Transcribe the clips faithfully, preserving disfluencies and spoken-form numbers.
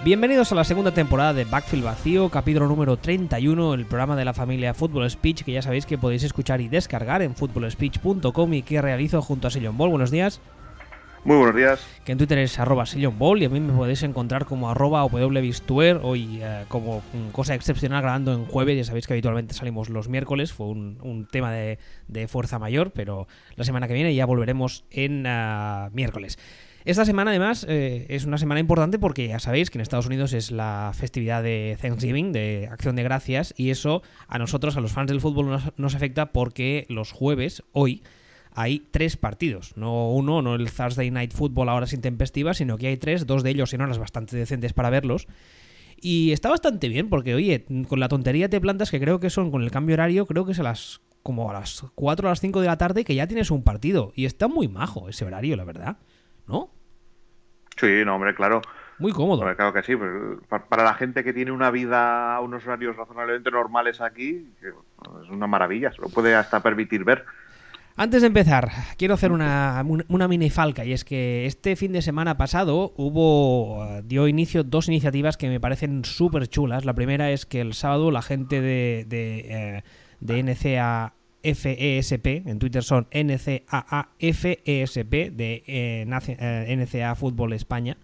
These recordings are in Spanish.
Bienvenidos a la segunda temporada de Backfield Vacío, capítulo número treinta y uno, el programa de la familia Football Speech, que ya sabéis que podéis escuchar y descargar en football speech punto com y que realizo junto a Sillon Ball. Buenos días. Muy buenos días. Que en Twitter es arroba Sillon Ball y a mí me podéis encontrar como arroba wbistuer, hoy eh, como cosa excepcional grabando en jueves. Ya sabéis que habitualmente salimos los miércoles, fue un, un tema de, de fuerza mayor, pero la semana que viene ya volveremos en uh, miércoles. Esta semana, además, eh, es una semana importante porque ya sabéis que en Estados Unidos es la festividad de Thanksgiving, de Acción de Gracias, y eso a nosotros, a los fans del fútbol, nos, nos afecta porque los jueves, hoy, hay tres partidos. No uno, no el Thursday Night Football a horas intempestivas, sino que hay tres, dos de ellos en horas bastante decentes para verlos. Y está bastante bien porque, oye, con la tontería te plantas que creo que son, con el cambio horario, creo que es a las como a las cuatro o a las cinco de la tarde que ya tienes un partido. Y está muy majo ese horario, la verdad, ¿no? Sí, no, hombre, claro. Muy cómodo. Hombre, claro que sí. Pero para la gente que tiene una vida, unos horarios razonablemente normales aquí, es una maravilla. Se lo puede hasta permitir ver. Antes de empezar, quiero hacer una, una mini falca, y es que este fin de semana pasado hubo dio inicio dos iniciativas que me parecen súper chulas. La primera es que el sábado la gente de, de, eh, de N C A F E S P, en Twitter son N C A A F E S P, de eh, N C A Fútbol España,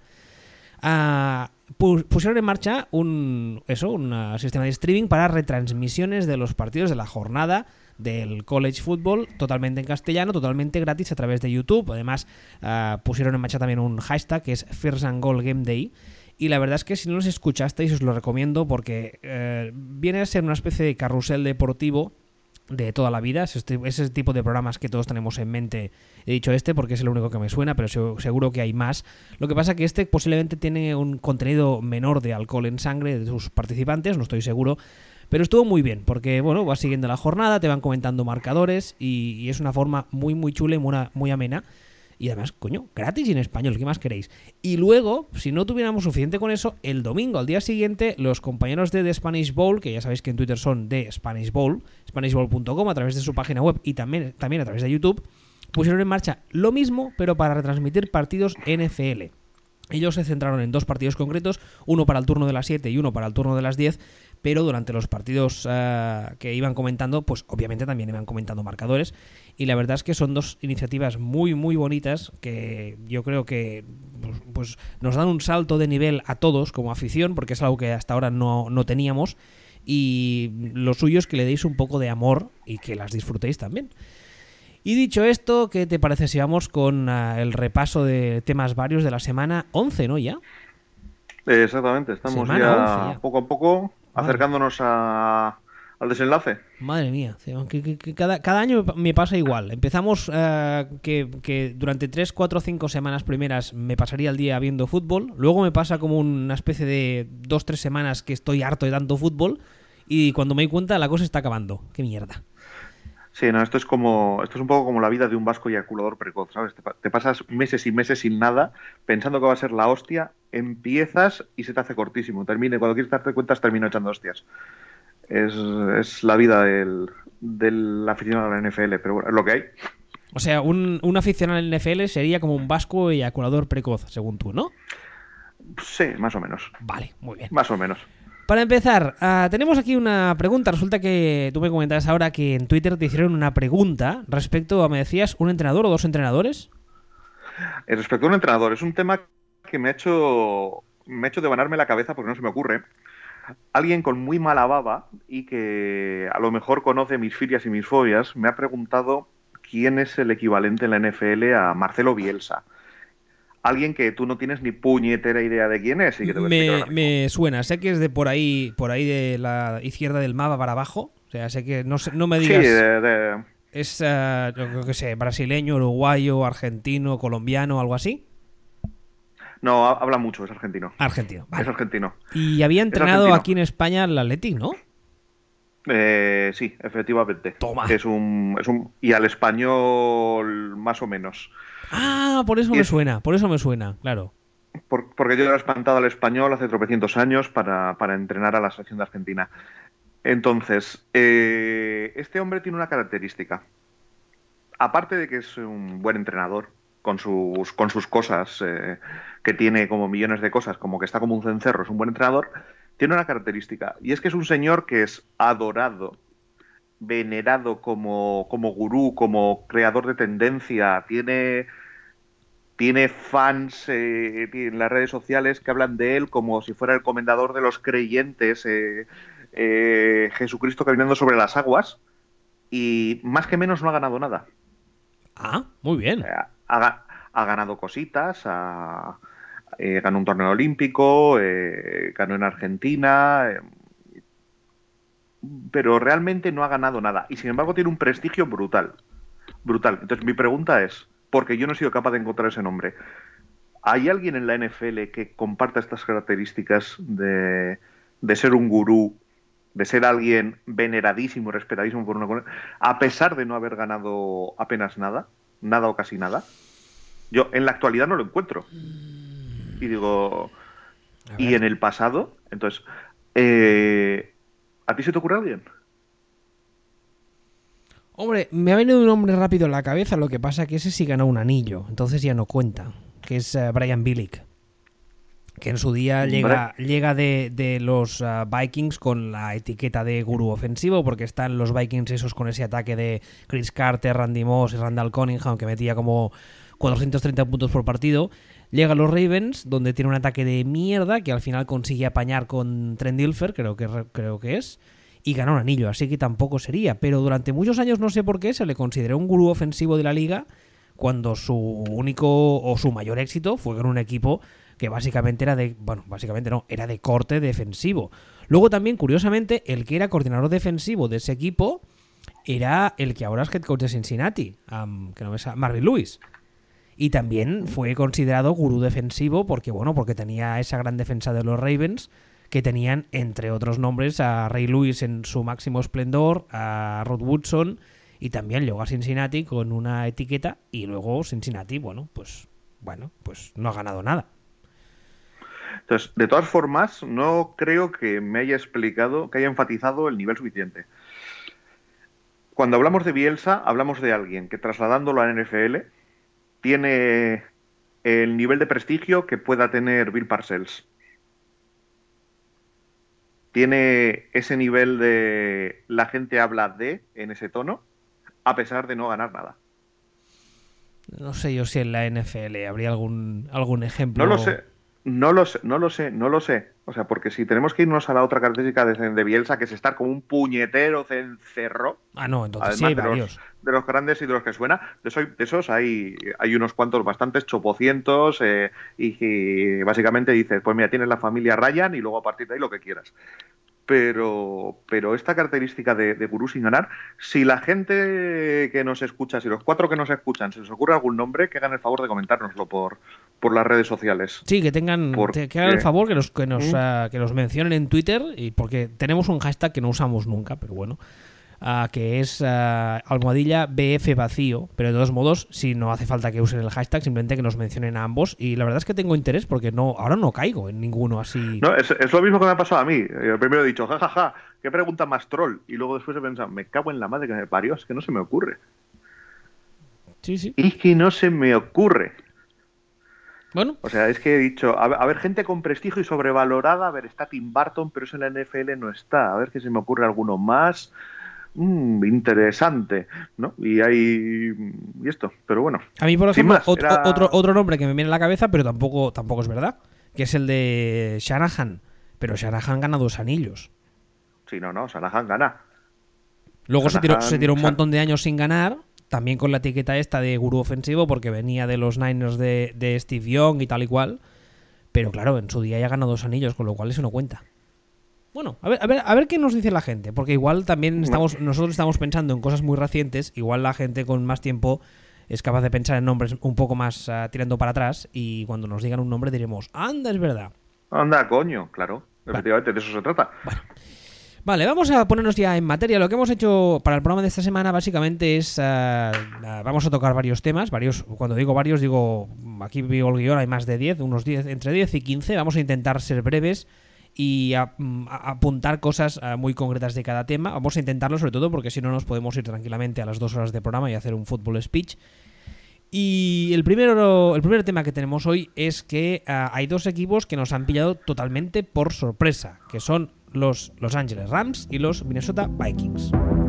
uh, pusieron en marcha un, eso, un uh, sistema de streaming para retransmisiones de los partidos de la jornada del college football, totalmente en castellano, totalmente gratis a través de YouTube. Además, uh, pusieron en marcha también un hashtag que es First and Goal Game Day. Y la verdad es que si no los escuchasteis os lo recomiendo porque uh, viene a ser una especie de carrusel deportivo de toda la vida. Es este, ese tipo de programas que todos tenemos en mente. He dicho este porque es el único que me suena, pero seguro que hay más. Lo que pasa es que este posiblemente tiene un contenido menor de alcohol en sangre de sus participantes, no estoy seguro. Pero estuvo muy bien, porque bueno, vas siguiendo la jornada, te van comentando marcadores y, y es una forma muy muy chula y muy, muy amena. Y además, coño, gratis y en español, ¿qué más queréis? Y luego, si no tuviéramos suficiente con eso, el domingo, al día siguiente, los compañeros de The Spanish Bowl, que ya sabéis que en Twitter son de Spanish Bowl, spanish bowl punto com, a través de su página web y también, también a través de YouTube, pusieron en marcha lo mismo, pero para retransmitir partidos N F L. Ellos se centraron en dos partidos concretos, uno para el turno de las siete y uno para el turno de las diez, pero durante los partidos uh, que iban comentando, pues obviamente también iban comentando marcadores, y la verdad es que son dos iniciativas muy muy bonitas que yo creo que pues, pues nos dan un salto de nivel a todos como afición, porque es algo que hasta ahora no, no teníamos, y lo suyo es que le deis un poco de amor y que las disfrutéis también. Y dicho esto, ¿qué te parece si vamos con uh, el repaso de temas varios de la semana once, ¿no? ¿Ya? Eh, exactamente, estamos ya, ya poco a poco Madre. acercándonos a, al desenlace. Madre mía, que, que, que cada, cada año me pasa igual. Empezamos uh, que, que durante tres, cuatro, cinco semanas primeras me pasaría el día viendo fútbol, luego me pasa como una especie de dos, tres semanas que estoy harto de tanto fútbol y cuando me doy cuenta la cosa está acabando. ¡Qué mierda! Sí, no, esto es como esto es un poco como la vida de un vasco eyaculador precoz, ¿sabes? Te, te pasas meses y meses sin nada, pensando que va a ser la hostia, empiezas y se te hace cortísimo. Termine, cuando quieres darte cuenta, termino echando hostias. Es, es la vida del, del aficionado a la N F L, pero bueno, es lo que hay. O sea, un, un aficionado a la N F L sería como un vasco eyaculador precoz, según tú, ¿no? Sí, más o menos. Vale, muy bien. Más o menos. Para empezar, uh, tenemos aquí una pregunta. Resulta que tú me comentabas ahora que en Twitter te hicieron una pregunta respecto a, me decías, un entrenador o dos entrenadores. Eh, respecto a un entrenador, es un tema que me ha hecho me ha hecho devanarme la cabeza porque no se me ocurre. Alguien con muy mala baba y que a lo mejor conoce mis filias y mis fobias me ha preguntado quién es el equivalente en la N F L a Marcelo Bielsa. Alguien que tú no tienes ni puñetera idea de quién es y que te voy a me, me suena, sé que es de por ahí por ahí de la izquierda del mapa para abajo, o sea, sé que no, no me digas. Sí, de, de... es uh, yo qué sé, brasileño, uruguayo, argentino, colombiano, algo así. No, habla mucho, es argentino. Argentino, vale. Es argentino. Y había entrenado aquí en España el Athletic, ¿no? Eh, sí, efectivamente. Toma. Es un, es un y al español más o menos. Ah, por eso y me es, suena, por eso me suena, claro. Por, porque yo era espantado al español hace tropecientos años para, para entrenar a la selección de Argentina. Entonces, eh, este hombre tiene una característica. Aparte de que es un buen entrenador, con sus, con sus cosas, eh, que tiene como millones de cosas, como que está como un cencerro, es un buen entrenador, tiene una característica, y es que es un señor que es adorado, venerado como, como gurú, como creador de tendencia, tiene, tiene fans eh, en las redes sociales que hablan de él como si fuera el comendador de los creyentes, eh, eh, Jesucristo caminando sobre las aguas, y más que menos no ha ganado nada. Ah, muy bien. Eh, ha, ha ganado cositas, ha, eh, ganó un torneo olímpico, eh, ganó en Argentina, eh, pero realmente no ha ganado nada. Y sin embargo tiene un prestigio brutal. Brutal. Entonces mi pregunta es, porque yo no he sido capaz de encontrar ese nombre, ¿hay alguien en la N F L que comparta estas características de, de ser un gurú, de ser alguien veneradísimo, respetadísimo por una cosa, a pesar de no haber ganado apenas nada, nada o casi nada? Yo en la actualidad no lo encuentro. Y digo, ¿y en el pasado? Entonces, eh, ¿a ti se te ocurre alguien? Hombre, me ha venido un nombre rápido a la cabeza, lo que pasa que ese sí ganó un anillo, entonces ya no cuenta, que es uh, Brian Billick, que en su día llega, llega de, de los uh, Vikings con la etiqueta de gurú ofensivo, porque están los Vikings esos con ese ataque de Chris Carter, Randy Moss y Randall Cunningham, que metía como cuatrocientos treinta puntos por partido. Llega a los Ravens, donde tiene un ataque de mierda, que al final consigue apañar con Trent Dilfer, creo que, creo que es, y gana un anillo, así que tampoco sería. Pero durante muchos años, no sé por qué, se le consideró un gurú ofensivo de la liga, cuando su único o su mayor éxito fue con un equipo que básicamente era de, bueno, básicamente no, era de corte defensivo. Luego también, curiosamente, el que era coordinador defensivo de ese equipo era el que ahora es head coach de Cincinnati, um, que no me sabe, Marvin Lewis. Y también fue considerado gurú defensivo porque, bueno, porque tenía esa gran defensa de los Ravens, que tenían, entre otros nombres, a Ray Lewis en su máximo esplendor, a Rod Woodson, y también llegó a Cincinnati con una etiqueta, y luego Cincinnati, bueno, pues, bueno, pues no ha ganado nada. Entonces, de todas formas, no creo que me haya explicado, que haya enfatizado el nivel suficiente. Cuando hablamos de Bielsa, hablamos de alguien que, trasladándolo a N F L, tiene el nivel de prestigio que pueda tener Bill Parcells. Tiene ese nivel de la gente habla de en ese tono, a pesar de no ganar nada. No sé yo si en la N F L habría algún, algún ejemplo. No lo sé, no lo sé, no lo sé, no lo sé. O sea, porque si tenemos que irnos a la otra característica de, de Bielsa, que es estar como un puñetero cencerro. Ah, no, entonces sí hay de varios. Los, de los grandes y de los que suena, de esos, de esos hay, hay unos cuantos bastantes chopocientos, eh, y, y básicamente dices, pues mira, tienes la familia Ryan y luego a partir de ahí lo que quieras. Pero, pero esta característica de, de gurú sin ganar, si la gente que nos escucha, si los cuatro que nos escuchan, se les ocurre algún nombre, que hagan el favor de comentárnoslo por, por las redes sociales. Sí, que tengan, porque... que hagan el favor, que nos, que nos, ¿Mm? uh, que nos mencionen en Twitter, y porque tenemos un hashtag que no usamos nunca, pero bueno, uh, que es uh, almohadilla B F vacío, pero de todos modos, si no hace falta que usen el hashtag, simplemente que nos mencionen a ambos, y la verdad es que tengo interés porque no, ahora no caigo en ninguno así. No, es, es lo mismo que me ha pasado a mí. Yo primero he dicho, jajaja, ja, ja, qué pregunta más troll, y luego después he pensado, me cago en la madre que me parió, es que no se me ocurre. Sí, sí. Es que no se me ocurre. Bueno. O sea, es que he dicho, a ver, a ver, gente con prestigio y sobrevalorada, a ver, está Tim Burton, pero eso en la N F L no está. A ver que se me ocurre alguno más. Mm, interesante, ¿no? Y hay y esto, pero bueno. A mí, por ejemplo, más, otro, era... otro, otro nombre que me viene a la cabeza, pero tampoco, tampoco es verdad, que es el de Shanahan. Pero Shanahan gana dos anillos. Sí, no, no, Shanahan gana. Luego Shanahan, se tiró, se tiró un montón de años sin ganar, también con la etiqueta esta de gurú ofensivo, porque venía de los Niners de, de Steve Young y tal y cual. Pero claro, en su día ya ganó dos anillos, con lo cual eso no cuenta. Bueno, a ver, a ver, a ver qué nos dice la gente, porque igual también estamos, nosotros estamos pensando en cosas muy recientes, igual la gente con más tiempo es capaz de pensar en nombres un poco más uh, tirando para atrás, y cuando nos digan un nombre diremos, anda, es verdad. Anda, coño, claro, efectivamente, vale. De eso se trata. Bueno. Vale, vamos a ponernos ya en materia. Lo que hemos hecho para el programa de esta semana básicamente es, uh, uh, vamos a tocar varios temas, varios, cuando digo varios digo, aquí veo el guión, hay más de diez, unos diez, entre diez y quince, vamos a intentar ser breves y a, a apuntar cosas uh, muy concretas de cada tema. Vamos a intentarlo sobre todo porque si no nos podemos ir tranquilamente a las dos horas de programa y hacer un fútbol speech. Y el primero, el primer tema que tenemos hoy es que uh, hay dos equipos que nos han pillado totalmente por sorpresa, que son los Los Angeles Rams y los Minnesota Vikings.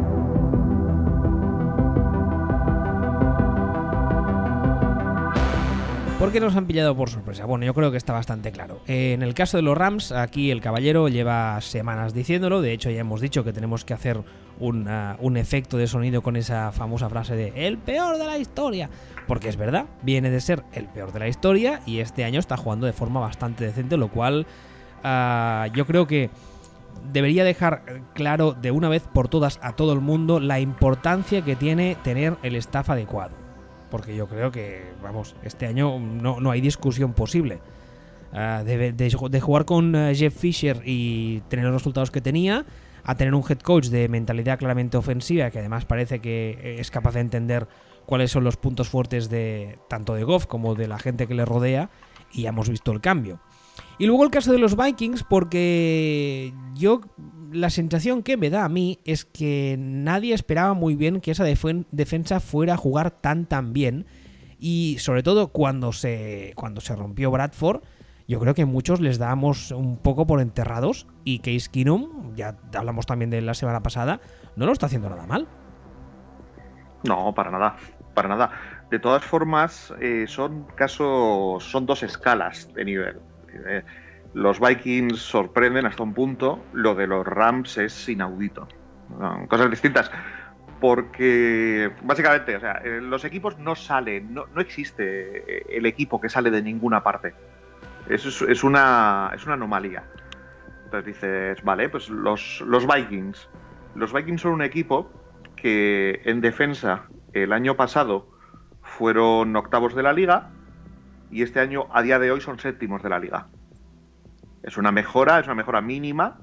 ¿Por qué nos han pillado por sorpresa? Bueno, yo creo que está bastante claro. Eh, en el caso de los Rams, aquí el caballero lleva semanas diciéndolo. De hecho, ya hemos dicho que tenemos que hacer un, uh, un efecto de sonido con esa famosa frase de el peor de la historia. Porque es verdad, viene de ser el peor de la historia y este año está jugando de forma bastante decente, lo cual uh, yo creo que debería dejar claro de una vez por todas a todo el mundo la importancia que tiene tener el staff adecuado. Porque yo creo que, vamos, este año no, no hay discusión posible. Uh, de, de, de jugar con uh, Jeff Fisher y tener los resultados que tenía, a tener un head coach de mentalidad claramente ofensiva, que además parece que es capaz de entender cuáles son los puntos fuertes de tanto de Goff como de la gente que le rodea, y ya hemos visto el cambio. Y luego el caso de los Vikings, porque yo la sensación que me da a mí es que nadie esperaba muy bien que esa def- defensa fuera a jugar tan tan bien, y sobre todo cuando se cuando se rompió Bradford, yo creo que muchos les dábamos un poco por enterrados, y Case Keenum, ya hablamos también de la semana pasada, no lo está haciendo nada mal. No, para nada, para nada. De todas formas, eh, son casos, son dos escalas de nivel. Eh, los Vikings sorprenden hasta un punto, lo de los Rams es inaudito. Son cosas distintas. Porque, básicamente, o sea, eh, los equipos no salen, no, no existe el equipo que sale de ninguna parte. Eso es, es, una, es una anomalía. Entonces dices, vale, pues los, los Vikings. Los Vikings son un equipo que en defensa el año pasado fueron octavos de la liga y este año, a día de hoy, son séptimos de la liga. Es una mejora, es una mejora mínima.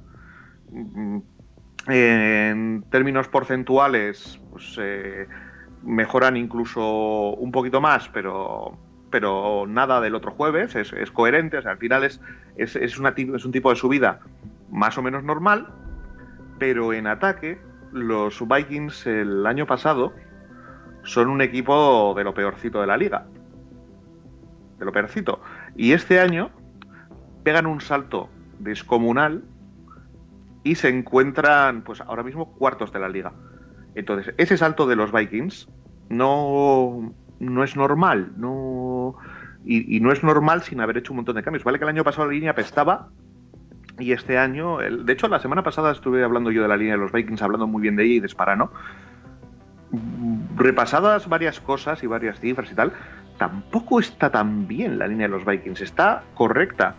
En términos porcentuales, pues eh, mejoran incluso un poquito más, pero, pero nada del otro jueves, es, es coherente. O sea, al final es, es, es, una, es un tipo de subida más o menos normal, pero en ataque, los Vikings el año pasado son un equipo de lo peorcito de la liga. De lo peorcito. Y este año pegan un salto descomunal y se encuentran, pues ahora mismo, cuartos de la liga. Entonces, ese salto de los Vikings no, no es normal. No, y, y no es normal sin haber hecho un montón de cambios. Vale que el año pasado la línea apestaba, y este año, el, de hecho la semana pasada estuve hablando yo de la línea de los Vikings, hablando muy bien de ella y de Sparano. Repasadas varias cosas y varias cifras y tal, tampoco está tan bien la línea de los Vikings, está correcta.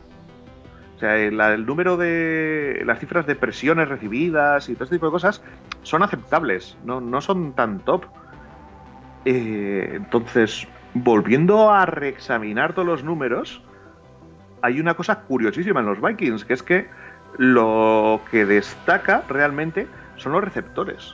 O sea, el, el número de las cifras de presiones recibidas y todo este tipo de cosas son aceptables, no, no son tan top. Eh, entonces, volviendo a reexaminar todos los números, hay una cosa curiosísima en los Vikings, que es que lo que destaca realmente son los receptores.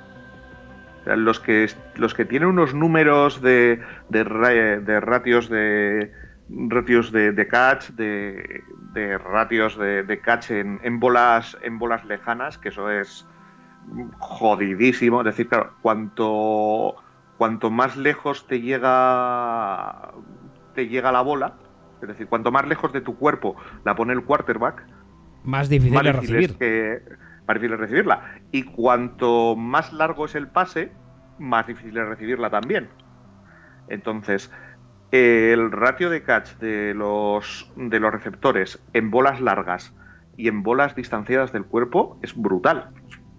O sea, los que, los que tienen unos números de, de, de ratios de ratios de, de catch, de, de ratios de, de catch en, en bolas en bolas lejanas, que eso es jodidísimo. Es decir, claro, cuanto cuanto más lejos te llega te llega la bola, es decir, cuanto más lejos de tu cuerpo la pone el quarterback, más difícil más de difícil recibir. Es que, más difícil es recibirla. Y cuanto más largo es el pase, más difícil es recibirla también. Entonces, el ratio de catch de los, de los receptores en bolas largas y en bolas distanciadas del cuerpo es brutal.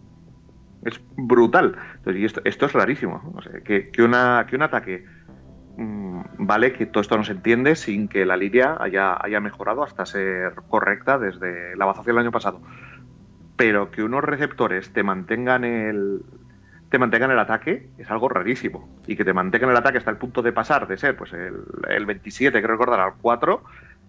Es brutal. Entonces, y esto, esto es rarísimo. O sea, que, que, una, que un ataque... Vale, que todo esto no se entiende sin que la línea haya, haya mejorado hasta ser correcta desde la bazación del año pasado. Pero que unos receptores te mantengan el te mantengan el ataque es algo rarísimo. Y que te mantengan el ataque hasta el punto de pasar de ser pues el, el veintisiete, creo recordar, al cuatro,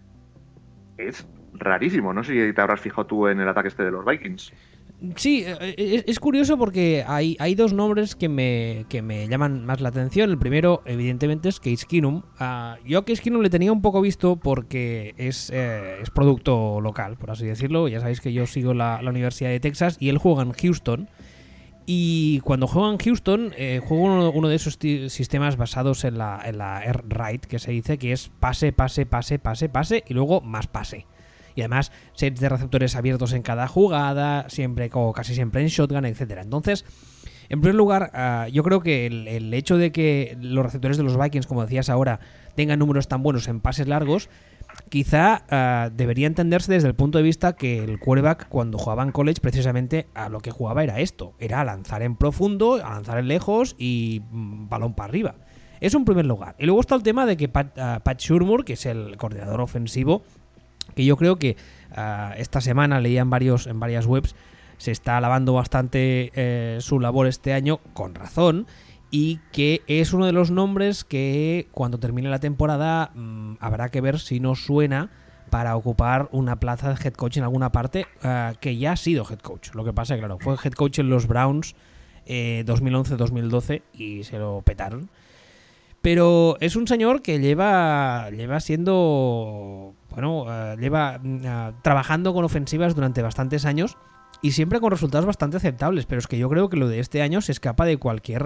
es rarísimo. No sé si te habrás fijado tú en el ataque este de los Vikings. Sí, es, es curioso porque hay, hay dos nombres que me, que me llaman más la atención. El primero, evidentemente, es Case Keenum. Uh, yo a Case Keenum le tenía un poco visto porque es, eh, es producto local, por así decirlo. Ya sabéis que yo sigo la, la Universidad de Texas y él juega en Houston. Y cuando juego en Houston, eh, juego uno, uno de esos t- sistemas basados en la, en la Air Raid, que se dice que es pase, pase, pase, pase, pase y luego más pase. Y además, sets de receptores abiertos en cada jugada, siempre o casi siempre en shotgun, etcétera. Entonces, en primer lugar, uh, yo creo que el, el hecho de que los receptores de los Vikings, como decías ahora, tengan números tan buenos en pases largos, quizá uh, debería entenderse desde el punto de vista que el quarterback, cuando jugaba en college, precisamente a lo que jugaba era esto. Era a lanzar en profundo, a lanzar en lejos y mmm, balón para arriba. Eso en primer lugar. Y luego está el tema de que Pat, uh, Pat Shurmur, que es el coordinador ofensivo, que yo creo que uh, esta semana leía en, varios, en varias webs, se está alabando bastante eh, su labor este año, con razón, y que es uno de los nombres que cuando termine la temporada mmm, habrá que ver si no suena para ocupar una plaza de head coach en alguna parte, uh, que ya ha sido head coach. Lo que pasa es que, claro, fue head coach en los Browns eh, dos mil once dos mil doce y se lo petaron. Pero es un señor que lleva lleva siendo, bueno, uh, lleva uh, trabajando con ofensivas durante bastantes años y siempre con resultados bastante aceptables. Pero es que yo creo que lo de este año se escapa de cualquier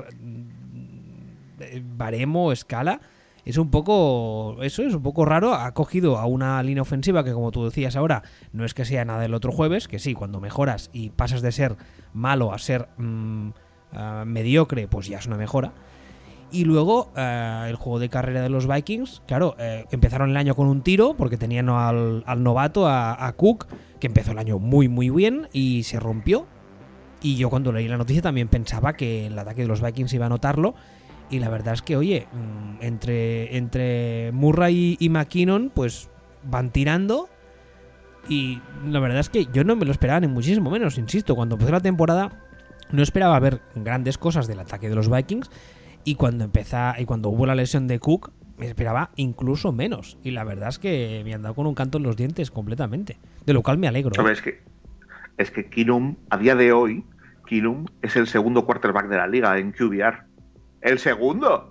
baremo o escala. Es un poco, eso es un poco raro. Ha cogido a una línea ofensiva que, como tú decías ahora, no es que sea nada del otro jueves, que sí, cuando mejoras y pasas de ser malo a ser mmm, uh, mediocre, pues ya es una mejora. Y luego uh, el juego de carrera de los Vikings, claro, eh, empezaron el año con un tiro porque tenían al, al novato, a, a Cook, que empezó el año muy muy bien y se rompió. Y yo cuando leí la noticia también pensaba que el ataque de los Vikings iba a notarlo. Y la verdad es que, oye, entre, entre Murray y McKinnon, pues van tirando. Y la verdad es que yo no me lo esperaba ni muchísimo menos, insisto. Cuando empezó la temporada no esperaba ver grandes cosas del ataque de los Vikings. Y cuando empezó, y cuando hubo la lesión de Cook, me esperaba incluso menos. Y la verdad es que me han dado con un canto en los dientes completamente. De lo cual me alegro. ¿eh? Es que, es que Keenum, a día de hoy, Keenum es el segundo quarterback de la liga en Q B R. ¡El segundo!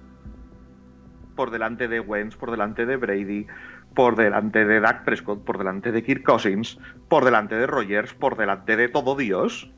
Por delante de Wentz, por delante de Brady, por delante de Dak Prescott, por delante de Kirk Cousins, por delante de Rodgers, por delante de todo Dios.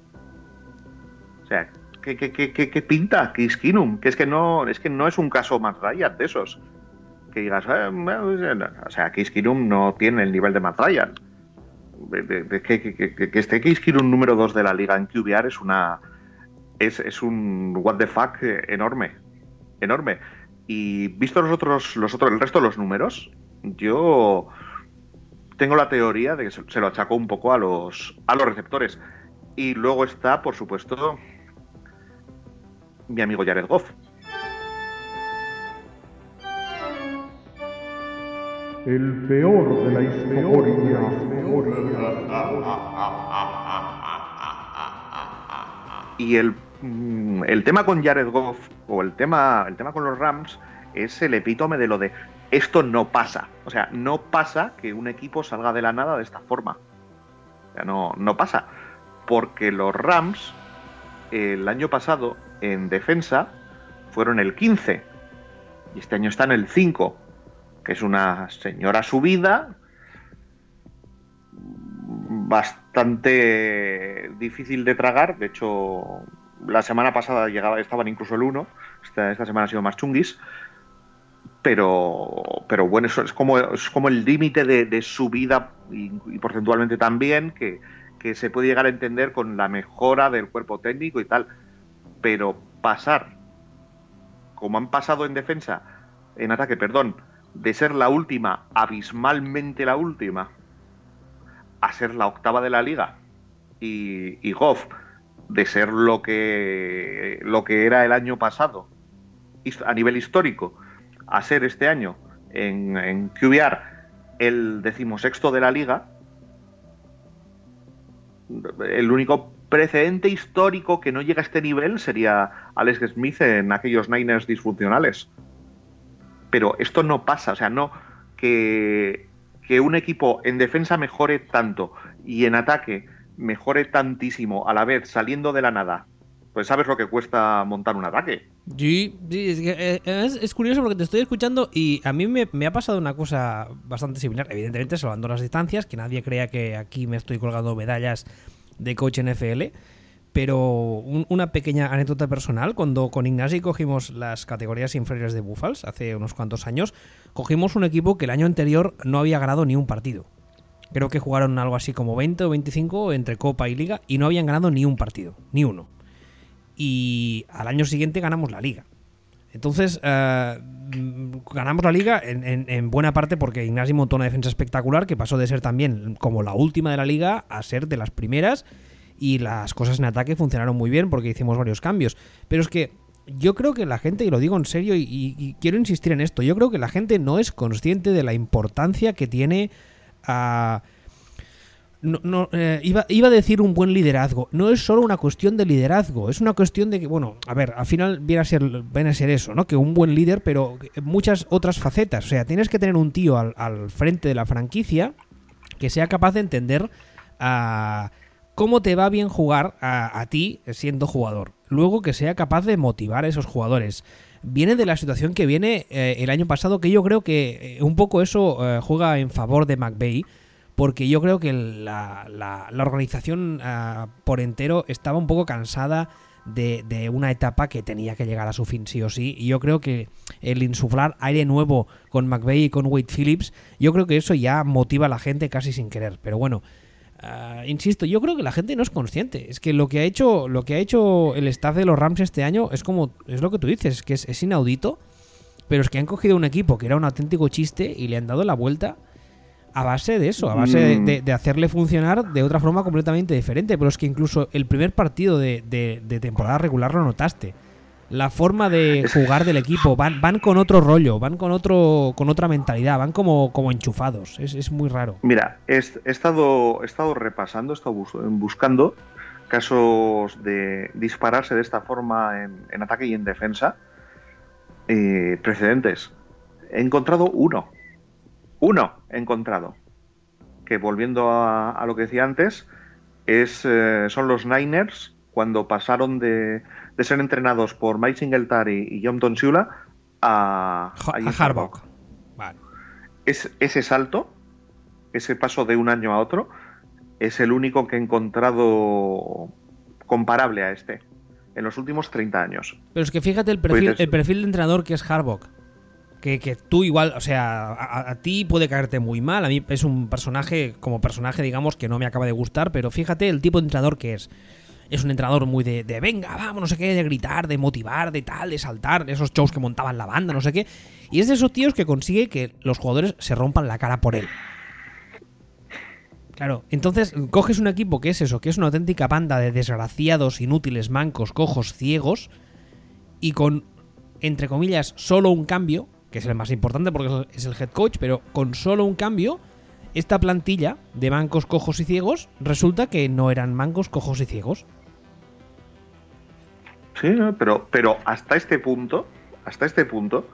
O sea, ¿qué, qué, qué, qué, qué pinta Case Keenum? Que es que no es que no es un caso Matt Ryan de esos. Que digas, eh, o sea, Case Keenum no tiene el nivel de Matt Ryan. De, de, de, que, que, que, que este Case Keenum número dos de la liga en Q B R es una... Es, es un what the fuck enorme, enorme. Y visto los otros, los otros, el resto de los números, yo tengo la teoría de que se, se lo achacó un poco a los, a los receptores. Y luego está, por supuesto, mi amigo Jared Goff. El peor de la historia. Y el El tema con Jared Goff o el tema, el tema con los Rams es el epítome de lo de esto no pasa. O sea, no pasa que un equipo salga de la nada de esta forma. O sea, no, no pasa. Porque los Rams el año pasado en defensa fueron el quince y este año están el cinco, que es una señora subida bastante difícil de tragar. De hecho, la semana pasada llegaba, estaban incluso el uno. Esta, esta semana ha sido más chunguis. Pero, pero bueno, eso es como, es como el límite de, de subida y, y porcentualmente también, que, que se puede llegar a entender con la mejora del cuerpo técnico y tal. Pero pasar, como han pasado en defensa, en ataque, perdón, de ser la última, abismalmente la última, a ser la octava de la liga, y, y Goff de ser lo que lo que era el año pasado a nivel histórico a ser este año en, en Q B R el decimosexto de la liga. El único precedente histórico que no llega a este nivel sería Alex Smith en aquellos Niners disfuncionales. Pero esto no pasa, o sea, no que, que un equipo en defensa mejore tanto y en ataque mejore tantísimo a la vez saliendo de la nada. Pues sabes lo que cuesta montar un ataque. Sí, sí es, que es, es curioso porque te estoy escuchando y a mí me, me ha pasado una cosa bastante similar. Evidentemente, salvando las distancias, que nadie crea que aquí me estoy colgando medallas de coach N F L. pero un, una pequeña anécdota personal, cuando con Ignasi cogimos las categorías inferiores de Buffals hace unos cuantos años, cogimos un equipo que el año anterior no había ganado ni un partido. Creo que jugaron algo así como veinte o veinticinco entre Copa y Liga y no habían ganado ni un partido, ni uno. Y al año siguiente ganamos la Liga. Entonces, eh, ganamos la Liga en, en, en buena parte porque Ignasi montó una defensa espectacular que pasó de ser también como la última de la Liga a ser de las primeras, y las cosas en ataque funcionaron muy bien porque hicimos varios cambios. Pero es que yo creo que la gente, y lo digo en serio y, y, y quiero insistir en esto, yo creo que la gente no es consciente de la importancia que tiene... Uh, no, no, eh, iba, iba a decir un buen liderazgo. No es solo una cuestión de liderazgo, es una cuestión de que, bueno, a ver, al final viene a ser, viene a ser eso, ¿no? Que un buen líder, pero muchas otras facetas. O sea, tienes que tener un tío al, al frente de la franquicia que sea capaz de entender uh, cómo te va bien jugar a, a ti siendo jugador. Luego que sea capaz de motivar a esos jugadores. Viene de la situación que viene eh, el año pasado, que yo creo que eh, un poco eso eh, juega en favor de McVay, porque yo creo que la, la, la organización eh, por entero estaba un poco cansada de, de una etapa que tenía que llegar a su fin sí o sí, y yo creo que el insuflar aire nuevo con McVay y con Wade Phillips, yo creo que eso ya motiva a la gente casi sin querer, pero bueno. Uh, insisto, yo creo que la gente no es consciente. Es que lo que ha hecho lo que ha hecho el staff de los Rams este año es como es lo que tú dices, es que es, es inaudito, pero es que han cogido un equipo que era un auténtico chiste y le han dado la vuelta a base de eso, a base de, de, de hacerle funcionar de otra forma completamente diferente. Pero es que incluso el primer partido de, de, de temporada regular lo notaste. La forma de jugar del equipo, van, van con otro rollo, van con otro con otra mentalidad, van como, como enchufados. Es, es muy raro. Mira, he, he, estado, he estado repasando, he estado bus, buscando casos de dispararse de esta forma en, en ataque y en defensa, eh, precedentes. He encontrado uno. Uno he encontrado. Que volviendo a, a lo que decía antes, es, eh, son los Niners cuando pasaron de, de ser entrenados por Mike Singletary y John Shula a, a, a Harbaugh. Vale. Es, ese salto, ese paso de un año a otro, es el único que he encontrado comparable a este en los últimos treinta años. Pero es que fíjate el perfil, el perfil de entrenador que es Harbaugh. Que, que tú igual, o sea, a, a ti puede caerte muy mal. A mí es un personaje, como personaje, digamos, que no me acaba de gustar, pero fíjate el tipo de entrenador que es. Es un entrenador muy de, de venga, vamos, no sé qué, de gritar, de motivar, de tal, de saltar, de esos shows que montaban la banda, no sé qué. Y es de esos tíos que consigue que los jugadores se rompan la cara por él. Claro, entonces coges un equipo que es eso, que es una auténtica banda de desgraciados, inútiles, mancos, cojos, ciegos, y con, entre comillas, solo un cambio, que es el más importante porque es el head coach, pero con solo un cambio, esta plantilla de mancos, cojos y ciegos resulta que no eran mancos, cojos y ciegos. Sí, pero, pero hasta este punto, hasta este punto,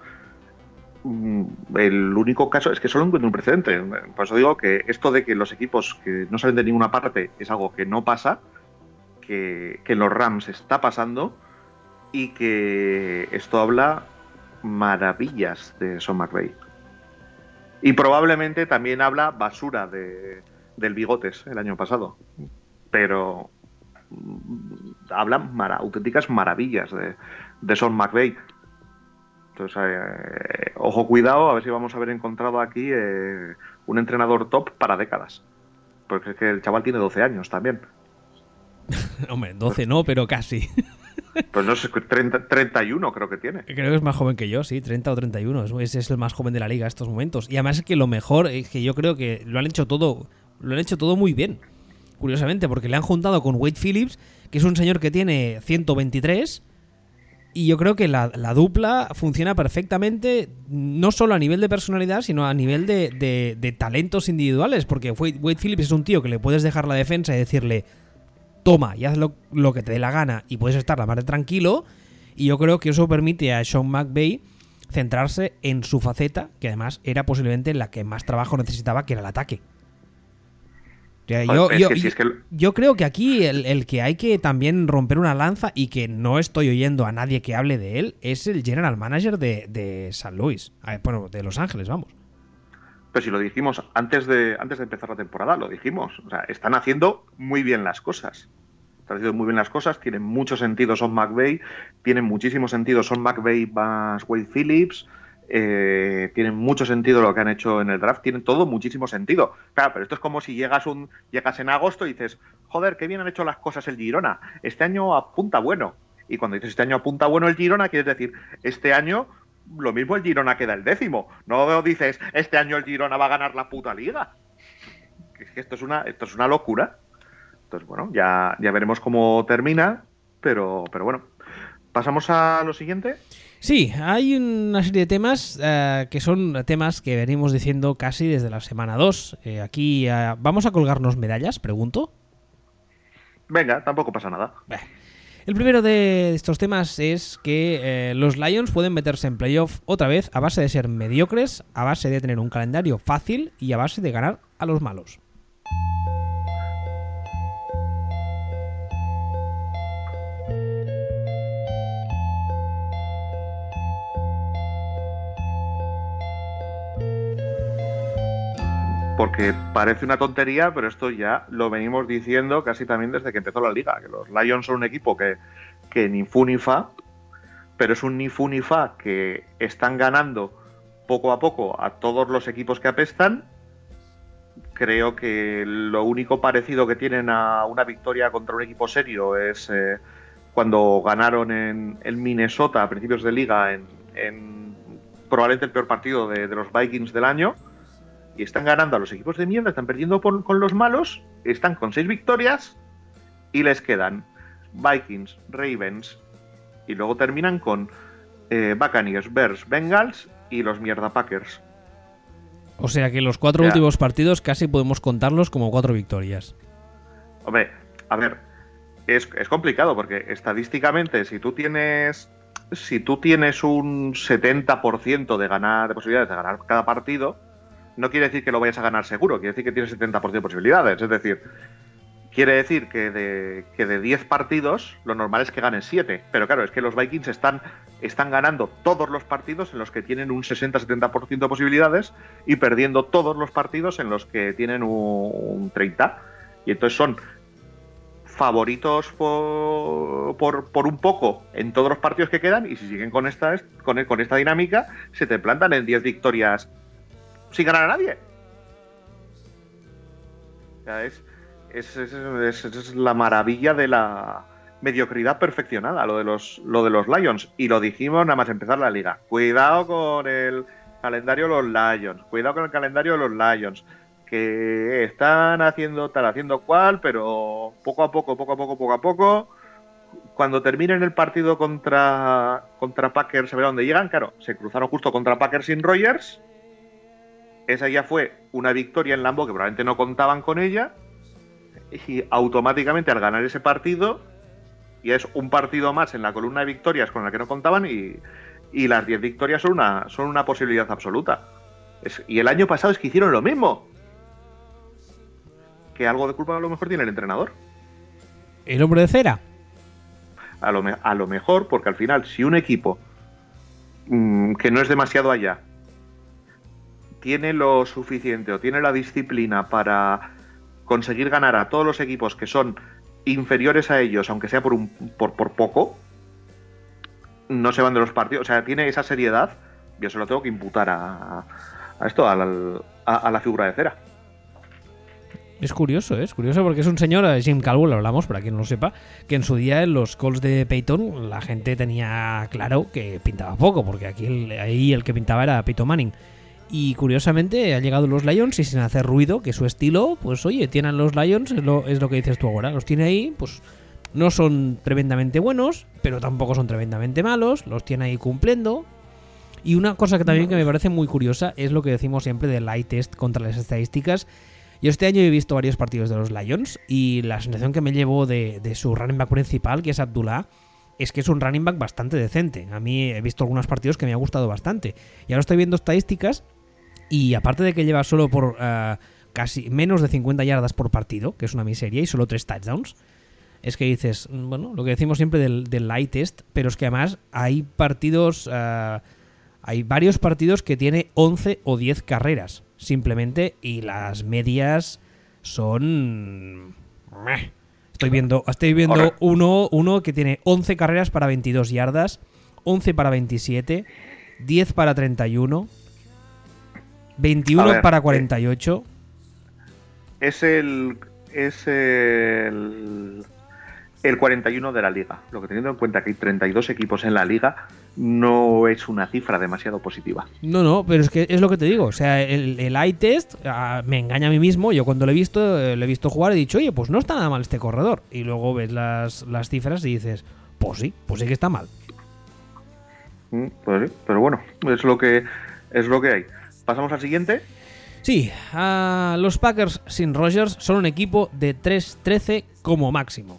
el único caso es que solo encuentro un precedente. Por eso digo que esto de que los equipos que no salen de ninguna parte es algo que no pasa, que, que en los Rams está pasando y que esto habla maravillas de Sean McVay. Y probablemente también habla basura de, del Bigotes el año pasado. Pero habla mara, auténticas maravillas de, de Sean McVay. Entonces, eh, ojo, cuidado, a ver si vamos a haber encontrado aquí eh, un entrenador top para décadas. Porque es que el chaval tiene doce años también. Hombre, doce no, pero casi. Pues no sé, treinta, treinta y uno creo que tiene. Creo que es más joven que yo, sí, treinta o treinta y uno. Es, es el más joven de la liga en estos momentos. Y además es que lo mejor es que yo creo que lo han hecho todo, lo han hecho todo muy bien. Curiosamente, porque le han juntado con Wade Phillips, que es un señor que tiene ciento veintitrés, y yo creo que la, la dupla funciona perfectamente, no solo a nivel de personalidad, sino a nivel de, de, de talentos individuales, porque Wade, Wade Phillips es un tío que le puedes dejar la defensa y decirle toma y haz lo, lo que te dé la gana y puedes estar la mar de tranquilo, y yo creo que eso permite a Sean McVay centrarse en su faceta, que además era posiblemente la que más trabajo necesitaba, que era el ataque. O sea, yo, yo, que si es que... yo creo que aquí el, el que hay que también romper una lanza, y que no estoy oyendo a nadie que hable de él, es el general manager de, de San Luis, bueno, de Los Ángeles, vamos. Pero si lo dijimos antes de antes de empezar la temporada, lo dijimos. O sea, están haciendo muy bien las cosas. están haciendo muy bien las cosas, tienen mucho sentido Sean McVay, tienen muchísimo sentido Sean McVay más Wade Phillips, eh, tienen mucho sentido lo que han hecho en el draft, tienen todo muchísimo sentido. Claro, pero esto es como si llegas un llegas en agosto y dices, joder, qué bien han hecho las cosas el Girona, este año apunta bueno. Y cuando dices este año apunta bueno el Girona, quieres decir, este año lo mismo el Girona queda el décimo. No dices, este año el Girona va a ganar la puta liga. Es que esto es una, esto es una locura. Entonces, bueno, ya, ya veremos cómo termina, pero, pero bueno. ¿Pasamos a lo siguiente? Sí, hay una serie de temas eh, que son temas que venimos diciendo casi desde la semana dos. Eh, aquí, eh, ¿vamos a colgarnos medallas? Pregunto. Venga, tampoco pasa nada. Bah. El primero de estos temas es que eh, los Lions pueden meterse en playoff otra vez a base de ser mediocres, a base de tener un calendario fácil y a base de ganar a los malos. Porque parece una tontería, pero esto ya lo venimos diciendo casi también desde que empezó la liga, que los Lions son un equipo que, que ni fu ni fa, pero es un ni fu ni fa que están ganando poco a poco a todos los equipos que apestan. Creo que lo único parecido que tienen a una victoria contra un equipo serio es eh, cuando ganaron en, en Minnesota a principios de liga en, en probablemente el peor partido de, de los Vikings del año. Y están ganando a los equipos de mierda, están perdiendo por, con los malos, están con seis victorias y les quedan Vikings, Ravens y luego terminan con eh, Buccaneers, Bears, Bengals y los mierda Packers. O sea que los cuatro o sea, últimos partidos casi podemos contarlos como cuatro victorias. Hombre, a ver, es, es complicado porque estadísticamente si tú tienes si tú tienes un setenta por ciento de ganar de posibilidades de ganar cada partido, no quiere decir que lo vayas a ganar seguro, quiere decir que tienes setenta por ciento de posibilidades. Es decir, quiere decir que de, que de diez partidos, lo normal es que ganes siete. Pero claro, es que los Vikings están, están ganando todos los partidos en los que tienen un sesenta a setenta por ciento de posibilidades y perdiendo todos los partidos en los que tienen un, un treinta. Y entonces son favoritos por, por, por un poco en todos los partidos que quedan, y si siguen con esta, con, con esta dinámica, se te plantan en diez victorias sin ganar a nadie. Ya es, es, es, es, es la maravilla de la mediocridad perfeccionada, lo de los lo de los Lions. Y lo dijimos nada más empezar la liga. Cuidado con el calendario de los Lions. Cuidado con el calendario de los Lions. Que están haciendo tal, haciendo cual, pero poco a poco, poco a poco, poco a poco. Cuando terminen el partido contra, contra Packers, a ver a dónde llegan. Claro, se cruzaron justo contra Packers sin Rodgers. Esa ya fue una victoria en Lambeau que probablemente no contaban con ella, y automáticamente al ganar ese partido ya es un partido más en la columna de victorias con la que no contaban, y, y las diez victorias son una, son una posibilidad absoluta. Es, y el año pasado es que hicieron lo mismo. Que algo de culpa a lo mejor tiene el entrenador. ¿El hombre de cera? A lo, me, a lo mejor, porque al final si un equipo mmm, que no es demasiado allá tiene lo suficiente o tiene la disciplina para conseguir ganar a todos los equipos que son inferiores a ellos, aunque sea por un por, por poco, no se van de los partidos. O sea, tiene esa seriedad. Yo se lo tengo que imputar a, a esto, a la, a, a la figura de cera. Es curioso, ¿eh? Es curioso porque es un señor, Jim Caldwell, lo hablamos, para quien no lo sepa, que en su día en los Colts de Peyton la gente tenía claro que pintaba poco, porque aquí el, ahí el que pintaba era Peyton Manning. Y curiosamente ha llegado los Lions y sin hacer ruido, que su estilo, pues oye, tienen los Lions, es lo, es lo que dices tú ahora, los tiene ahí, pues no son tremendamente buenos, pero tampoco son tremendamente malos, los tiene ahí cumpliendo. Y una cosa que también que me parece muy curiosa es lo que decimos siempre del eye test contra las estadísticas. Yo este año he visto varios partidos de los Lions y la sensación que me llevo de, de su running back principal, que es Abdullah, es que es un running back bastante decente. A mí he visto algunos partidos que me ha gustado bastante. Y ahora estoy viendo estadísticas y aparte de que lleva solo por uh, casi menos de cincuenta yardas por partido, que es una miseria, y solo tres touchdowns, es que dices, bueno, lo que decimos siempre del, del eye test, pero es que además hay partidos, uh, hay varios partidos que tiene once o diez carreras, simplemente, y las medias son... Esto estoy viendo, estoy viendo uno, uno que tiene once carreras para veintidós yardas, once para veintisiete, diez para treinta y uno, veintiuno ver, para cuarenta y ocho. Eh, es el... Es el... El cuarenta y uno de la liga. Lo que teniendo en cuenta que hay treinta y dos equipos en la liga, no es una cifra demasiado positiva. No, no, pero es que es lo que te digo. O sea, el, el eye test ah, me engaña a mí mismo. Yo cuando lo he visto, eh, lo he visto jugar, he dicho, oye, pues no está nada mal este corredor. Y luego ves las, las cifras y dices, pues sí, pues sí que está mal. Mm, pues sí, pero bueno, es lo que es lo que hay. Pasamos al siguiente. Sí, uh, los Packers sin Rodgers son un equipo de tres trece como máximo.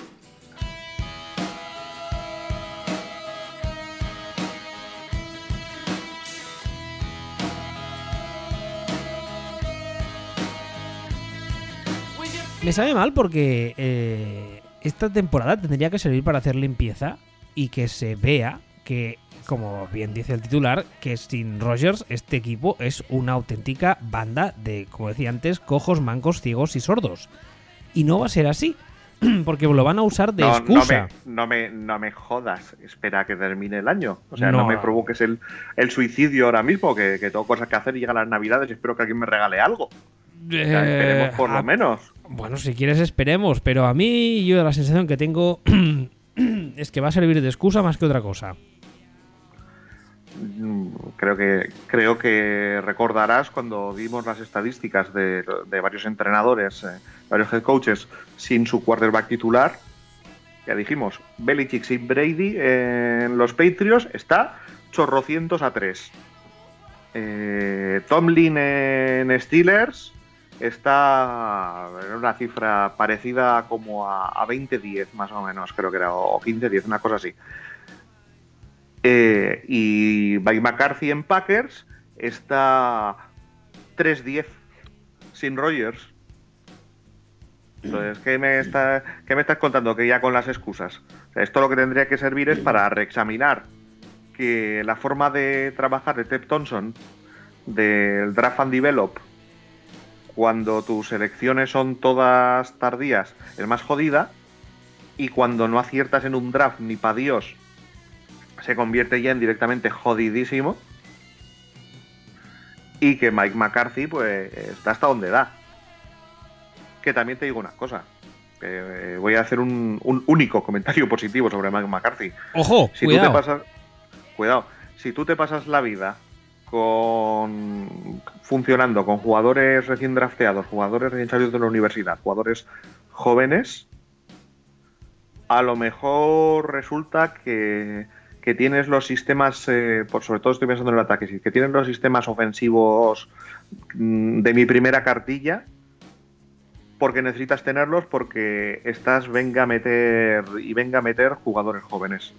Me sabe mal porque eh, esta temporada tendría que servir para hacer limpieza y que se vea que, como bien dice el titular, que sin Rodgers este equipo es una auténtica banda de, como decía antes, cojos, mancos, ciegos y sordos. Y no va a ser así, porque lo van a usar de no, excusa. No me, no, me, no me jodas, espera a que termine el año. O sea, no, no me provoques el, el suicidio ahora mismo, que, que tengo cosas que hacer y llegan las navidades y espero que alguien me regale algo. Eh, o sea, esperemos por a, lo menos. Bueno, si quieres esperemos, pero a mí yo la sensación que tengo es que va a servir de excusa más que otra cosa. Creo que creo que recordarás cuando vimos las estadísticas de, de varios entrenadores, eh, varios head coaches sin su quarterback titular. Ya dijimos, Belichick sin Brady en los Patriots está chorrocientos a tres. Eh, Tomlin en Steelers está en una cifra parecida como a, a veinte diez más o menos, creo que era, o quince diez, una cosa así. Eh, y Mike McCarthy en Packers está tres diez sin Rodgers. Entonces, ¿qué me, está, ¿qué me estás contando? Que ya con las excusas. O sea, esto lo que tendría que servir es para reexaminar que la forma de trabajar de Ted Thompson del draft and develop, cuando tus elecciones son todas tardías, es más jodida, y cuando no aciertas en un draft ni pa' Dios, se convierte ya en directamente jodidísimo, y que Mike McCarthy pues está hasta donde da. Que también te digo una cosa, eh, voy a hacer un, un único comentario positivo sobre Mike McCarthy. ¡Ojo! Si cuidado. Tú te pasas, cuidado, si tú te pasas la vida con funcionando con jugadores recién drafteados, jugadores recién salidos de la universidad, jugadores jóvenes, a lo mejor resulta que que tienes los sistemas, eh, por sobre todo estoy pensando en el ataque, sí, que tienes los sistemas ofensivos mm, de mi primera cartilla, porque necesitas tenerlos, porque estás venga a meter y venga a meter jugadores jóvenes.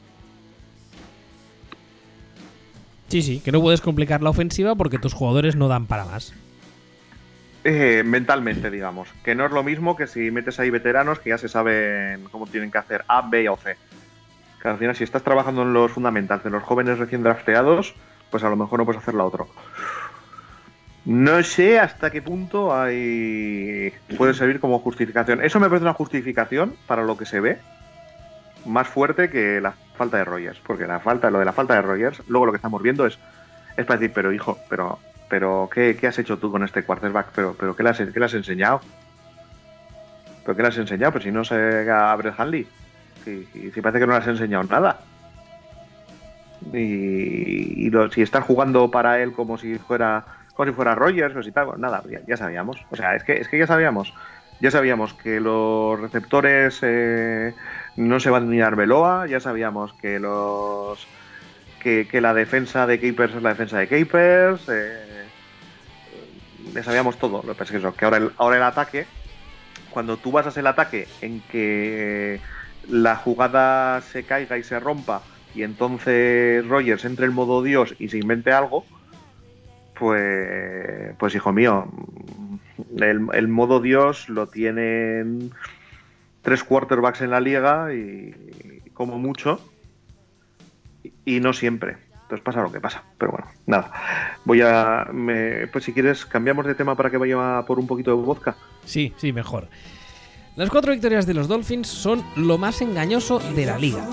Sí, sí, que no puedes complicar la ofensiva porque tus jugadores no dan para más. Eh, mentalmente, digamos, que no es lo mismo que si metes ahí veteranos que ya se saben cómo tienen que hacer A, B o C. Que al final, si estás trabajando en los fundamentales de los jóvenes recién drafteados, pues a lo mejor no puedes hacer la otra. No sé hasta qué punto hay puede servir como justificación. Eso me parece una justificación para lo que se ve más fuerte que la falta de Rodgers, porque la falta, lo de la falta de Rodgers, luego lo que estamos viendo es, es para decir, pero hijo, pero, pero ¿qué, qué has hecho tú con este quarterback? Pero, pero ¿qué le has, qué le has enseñado? ¿Pero qué le has enseñado? Pues si no se a Brett Hundley. Y, y si parece que no le has enseñado nada. Y, y lo, si estás jugando para él como si fuera como si fuera Rodgers o si tal, pues nada, ya, ya sabíamos. O sea, es que es que ya sabíamos. Ya sabíamos que los receptores eh, no se van a mirar Beloa, ya sabíamos que los que, que la defensa de Capers es la defensa de Capers, eh, ya sabíamos todo. Lo que pasa es que, eso, que ahora, el, ahora el ataque, cuando tú basas el ataque en que la jugada se caiga y se rompa y entonces Rodgers entre en modo Dios y se invente algo, pues pues hijo mío, el, el modo Dios lo tienen tres quarterbacks en la liga y, y como mucho, y, y no siempre. Entonces pasa lo que pasa, pero bueno, nada. Voy a me, pues si quieres cambiamos de tema para que vaya por un poquito de vodka. Sí, sí, mejor. Las cuatro victorias de los Dolphins son lo más engañoso de la liga.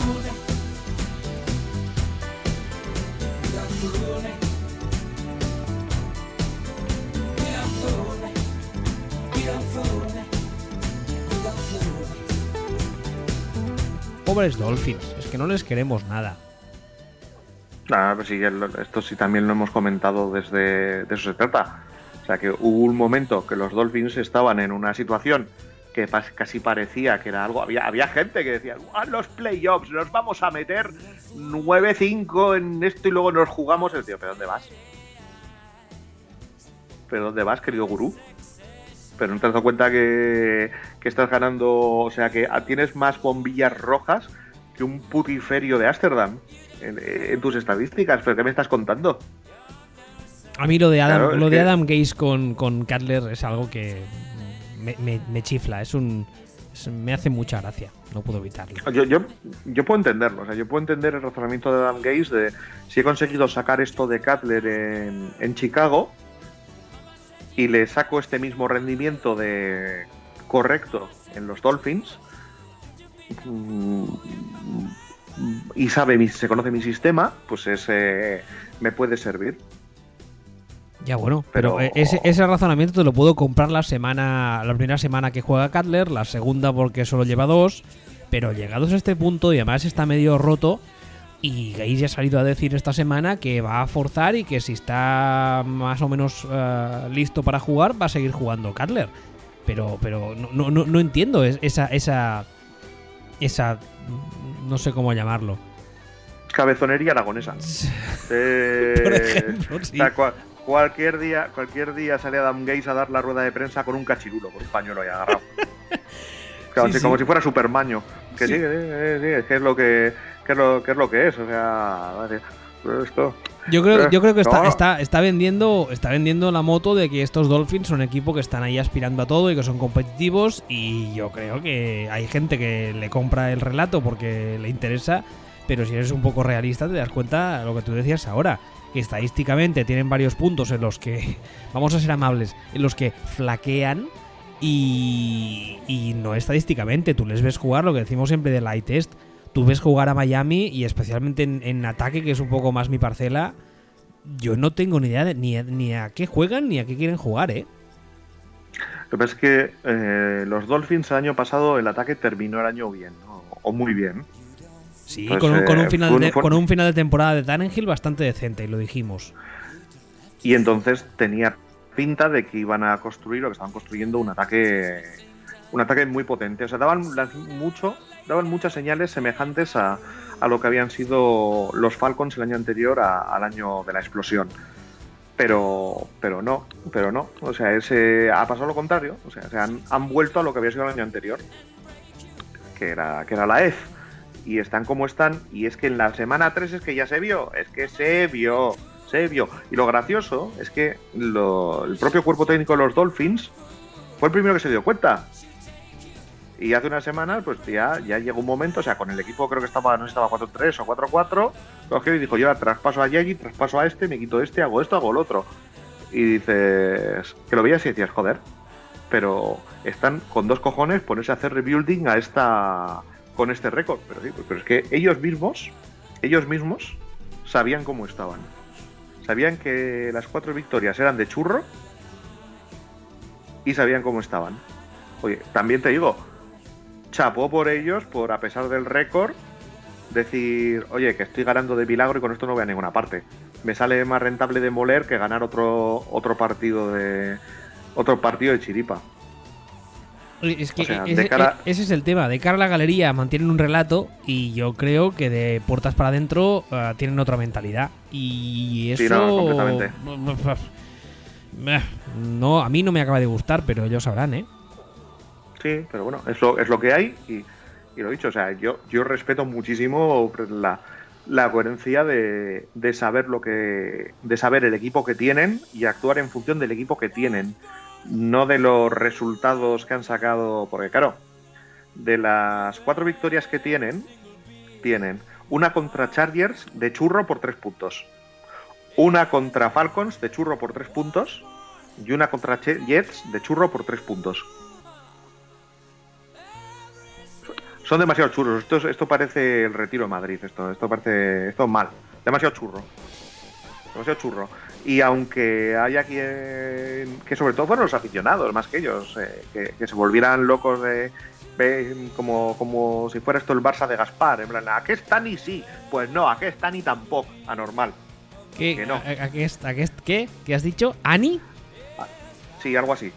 Pobres Dolphins, es que no les queremos nada. Ah, pues sí, esto sí también lo hemos comentado, desde de eso se trata. O sea, que hubo un momento que los Dolphins estaban en una situación que casi parecía que era algo... Había, había gente que decía, ¡ah, los playoffs, nos vamos a meter nueve cinco en esto y luego nos jugamos! El tío, ¿pero dónde vas? ¿Pero dónde vas, querido gurú? Pero no te has dado cuenta que, que estás ganando... O sea, que tienes más bombillas rojas que un putiferio de Ámsterdam en, en tus estadísticas. ¿Pero qué me estás contando? A mí lo de Adam, claro, lo de que... Adam Gase con, con Cutler es algo que me, me, me chifla. Es un es, me hace mucha gracia. No puedo evitarlo. Yo, yo, yo puedo entenderlo. O sea, yo puedo entender el razonamiento de Adam Gase de si he conseguido sacar esto de Cutler en, en Chicago y le saco este mismo rendimiento de correcto en los Dolphins y sabe mi, se conoce mi sistema, pues ese me puede servir. Ya bueno, pero, pero ese, ese razonamiento te lo puedo comprar la semana, la primera semana que juega Cutler, la segunda porque solo lleva dos, pero llegados a este punto y además está medio roto. Y Gase ya ha salido a decir esta semana que va a forzar y que si está más o menos uh, listo para jugar, va a seguir jugando Cutler. Pero, pero no, no, no entiendo esa, esa, esa, no sé cómo llamarlo. Cabezonería aragonesa. eh, Por ejemplo, sí. O sea, cual, cualquier día, cualquier día sale Adam Gase a dar la rueda de prensa con un cachirulo, con un pañuelo ahí agarrado. Claro, sí, así, sí. Como si fuera Supermaño. Que sí, sí, sí, sí, es que es lo que, que es lo que es lo que es, o sea, esto. Yo creo, yo creo que está, está, está vendiendo, está vendiendo la moto de que estos Dolphins son un equipo que están ahí aspirando a todo y que son competitivos, y yo creo que hay gente que le compra el relato porque le interesa, pero si eres un poco realista te das cuenta de lo que tú decías ahora, que estadísticamente tienen varios puntos en los que, vamos a ser amables, en los que flaquean. Y, y no estadísticamente, tú les ves jugar, lo que decimos siempre del eye test, tú ves jugar a Miami y especialmente en, en ataque, que es un poco más mi parcela, yo no tengo ni idea de, ni, a, ni a qué juegan ni a qué quieren jugar, ¿eh? Lo que pasa es que eh, los Dolphins el año pasado el ataque terminó el año bien, ¿no? O muy bien. Sí, pues, con, un, con, un final de, con un final de temporada de Tannehill bastante decente, y lo dijimos. Y entonces tenía pinta de que iban a construir o que estaban construyendo un ataque un ataque muy potente. O sea, daban las, mucho, daban muchas señales semejantes a, a lo que habían sido los Falcons el año anterior a, al año de la explosión. Pero, pero no, pero no. O sea, ese ha pasado lo contrario. O sea, se han, han vuelto a lo que había sido el año anterior, que era, que era la E F. Y están como están. Y es que en la semana tres es que ya se vio. Es que se vio. Se vio. Y lo gracioso es que lo, el propio cuerpo técnico de los Dolphins fue el primero que se dio cuenta. Y hace unas semanas, pues ya, ya llegó un momento, o sea, con el equipo creo que estaba, no sé si estaba cuatro tres o cuatro cuatro, cogió y dijo, yo ahora traspaso a Yagi, traspaso a este, me quito este, hago esto, hago lo otro. Y dices, que lo veías y decías, joder, pero están con dos cojones ponerse a hacer rebuilding a esta con este récord. Pero sí, pero es que ellos mismos, ellos mismos sabían cómo estaban. Sabían que las cuatro victorias eran de churro y sabían cómo estaban. Oye, también te digo, chapó por ellos, por a pesar del récord, decir, oye, que estoy ganando de milagro y con esto no voy a ninguna parte. Me sale más rentable demoler que ganar otro otro partido de otro partido de chiripa. Es que o sea, ese, cara... ese es el tema. De cara a la galería mantienen un relato y yo creo que de puertas para adentro uh, tienen otra mentalidad. Y eso... Sí, no, completamente. No, a mí no me acaba de gustar, pero ellos sabrán, ¿eh? Sí, pero bueno, es lo, es lo que hay y, y lo he dicho, o sea, yo, yo respeto muchísimo la, la coherencia de, de saber lo que, de saber el equipo que tienen y actuar en función del equipo que tienen. No de los resultados que han sacado, porque claro, de las cuatro victorias que tienen, tienen una contra Chargers de churro por tres puntos, una contra Falcons de churro por tres puntos y una contra Jets de churro por tres puntos. son demasiado churros. Esto, esto parece el Retiro de Madrid. Esto, esto parece esto mal. Demasiado churro. Demasiado churro. Y aunque haya quien que sobre todo fueron los aficionados más que ellos, eh, que, que se volvieran locos de, de como, como si fuera esto el Barça de Gaspar, en plan, ¿a qué está ni sí? Pues no, ¿a qué está ni tampoco? Anormal. ¿Qué? Que no. ¿A, a qué, a qué, qué? ¿Qué has dicho? ¿Ani? Sí, algo así.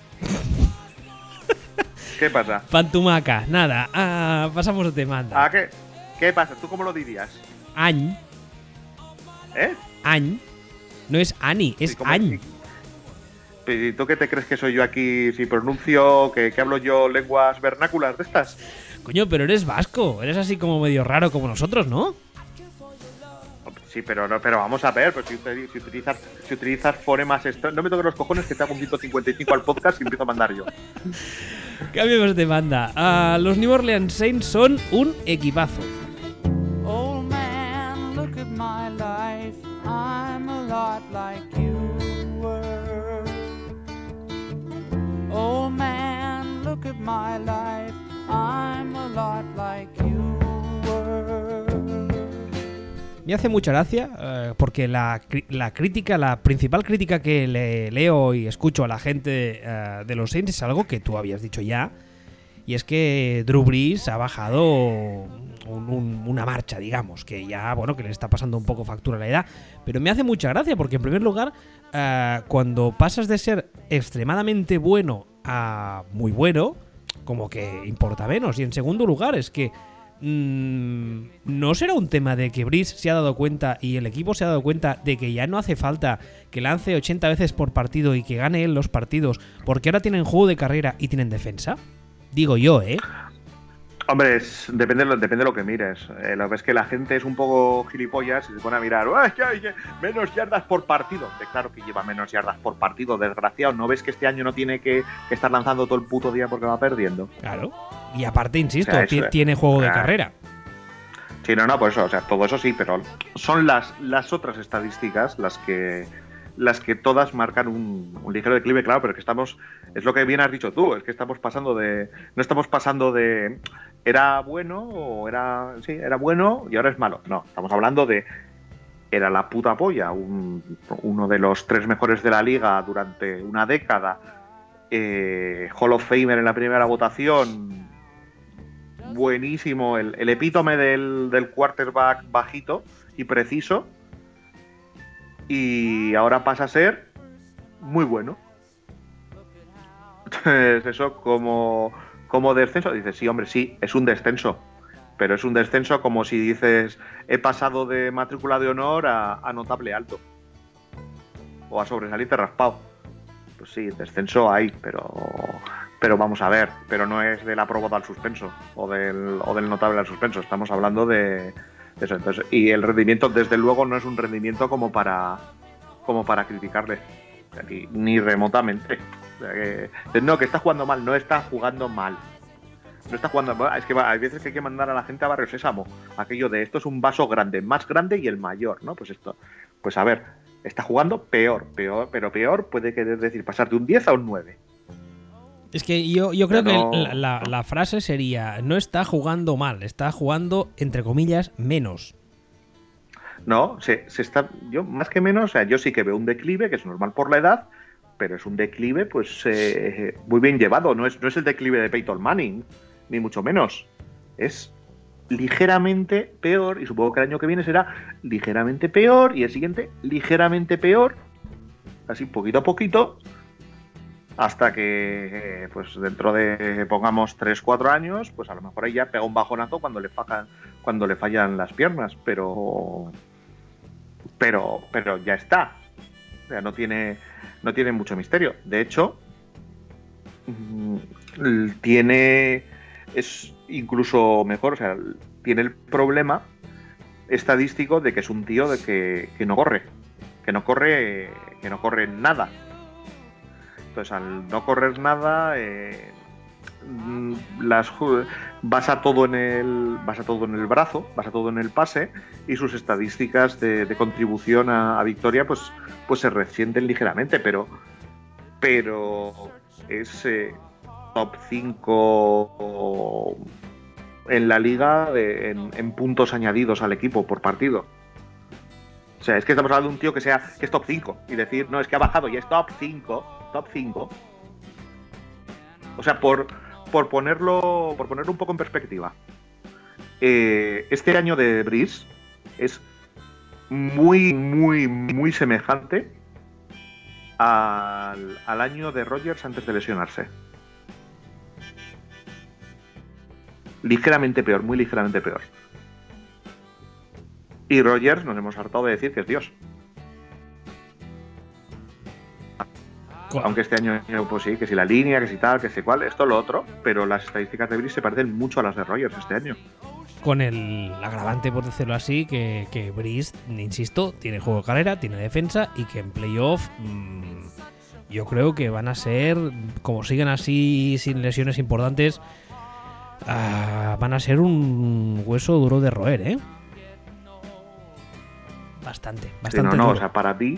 ¿Qué pasa? Pantumaca, nada. Ah, pasamos de tema. anda. ¿A qué? ¿Qué pasa? ¿Tú cómo lo dirías? Añ. ¿Eh? Añ. No es Ani, es Sí, ¿cómo? Añ. ¿Y tú qué te crees que soy yo aquí si pronuncio, que, que hablo yo lenguas vernáculas de estas? Coño, pero eres vasco. Eres así como medio raro como nosotros, ¿no? Sí, pero no, pero vamos a ver, pues si, si utilizas si utilizas fonemas esto, no me toques los cojones que te hago un ciento cincuenta y cinco al podcast y empiezo a mandar yo. Cambiemos de banda. Ah, los New Orleans Saints son un equipazo. Old man, look at my life. I'm a lot like you were. Old man, look at my life. I'm a lot like you were. Me hace mucha gracia eh, porque la, la crítica, la principal crítica que le leo y escucho a la gente eh, de los Saints es algo que tú habías dicho ya, y es que Drew Brees ha bajado un, un, una marcha, digamos, que ya, bueno, que le está pasando un poco factura a la edad, pero me hace mucha gracia porque en primer lugar, eh, cuando pasas de ser extremadamente bueno a muy bueno, como que importa menos, y en segundo lugar es que ¿no será un tema de que Brees se ha dado cuenta y el equipo se ha dado cuenta de que ya no hace falta que lance ochenta veces por partido y que gane él los partidos porque ahora tienen juego de carrera y tienen defensa? Digo yo, ¿eh? Hombre, es, depende, depende de lo que mires. Eh, lo que es que la gente es un poco gilipollas y se pone a mirar, ¡ay, ay, ay! Menos yardas por partido. De claro que lleva menos yardas por partido, desgraciado. ¿No ves que este año no tiene que, que estar lanzando todo el puto día porque va perdiendo? Claro. Y aparte, insisto, O sea, eso, tiene juego o sea, de carrera. Sí, no, no, por eso, o sea, todo eso sí, pero son las, las otras estadísticas las que las que todas marcan un, un ligero declive, claro, pero que estamos, es lo que bien has dicho tú, es que estamos pasando de, no estamos pasando de, era bueno o era, sí, era bueno y ahora es malo, no, estamos hablando de, era la puta polla, un, uno de los tres mejores de la liga durante una década, eh, Hall of Famer en la primera votación, buenísimo, el, el epítome del, del quarterback bajito y preciso, y ahora pasa a ser muy bueno. Entonces, eso como, como descenso, dices, sí, hombre, sí, es un descenso, pero es un descenso como si dices, he pasado de matrícula de honor a, a notable alto, o a sobresaliente raspado. Pues sí, descenso hay, pero pero vamos a ver, pero no es del aprobado al suspenso o del, o del notable al suspenso, estamos hablando de eso. Entonces, y el rendimiento, desde luego, no es un rendimiento como para como para criticarle, ni, ni remotamente. O sea, que, no, que está jugando mal, no está jugando mal. No está jugando mal. Es que hay veces que hay que mandar a la gente a Barrio Sésamo. Aquello de esto es un vaso grande, más grande y el mayor, ¿no? Pues esto, pues a ver, está jugando peor, peor, pero peor puede querer decir pasar de un diez a un nueve. Es que yo, yo creo no, que la, la, la frase sería, no está jugando mal, está jugando, entre comillas, menos. No, se, se está, yo más que menos, o sea, yo sí que veo un declive, que es normal por la edad, pero es un declive pues eh, muy bien llevado, no es, no es el declive de Peyton Manning, ni mucho menos, es ligeramente peor, y supongo que el año que viene será ligeramente peor, y el siguiente ligeramente peor, así poquito a poquito, hasta que pues dentro de, pongamos, tres cuatro años, pues a lo mejor ahí ya pega un bajonazo cuando le fallan, cuando le fallan las piernas, pero pero pero ya está. O sea, no tiene no tiene mucho misterio. De hecho, tiene es incluso mejor, o sea, tiene el problema estadístico de que es un tío de que, que no corre, que no corre, que no corre nada. Entonces, al no correr nada, eh, las basa todo en el basa todo en el brazo, basa todo en el pase, y sus estadísticas de, de contribución a, a victoria, pues, pues se resienten ligeramente, pero, pero es eh, top cinco en la liga de, en, en puntos añadidos al equipo por partido. O sea, es que estamos hablando de un tío que sea que es top cinco y decir, no, es que ha bajado y es top cinco, top cinco. O sea, por, por ponerlo por ponerlo un poco en perspectiva. Eh, este año de Breeze es muy, muy, muy semejante al, al año de Rodgers antes de lesionarse. Ligeramente peor, muy ligeramente peor. Y Rodgers nos hemos hartado de decir que es Dios. Aunque este año, pues sí, que si la línea, que si tal, que si cual, esto, lo otro, pero las estadísticas de Breeze se parecen mucho a las de Rodgers este año. Con el agravante, por decirlo así, que, que Breeze, insisto, tiene juego de carrera, tiene defensa y que en playoff mmm, yo creo que van a ser, como siguen así sin lesiones importantes, uh, van a ser un hueso duro de roer, ¿eh? Bastante, bastante sí, no, no, duro. O sea, para mí,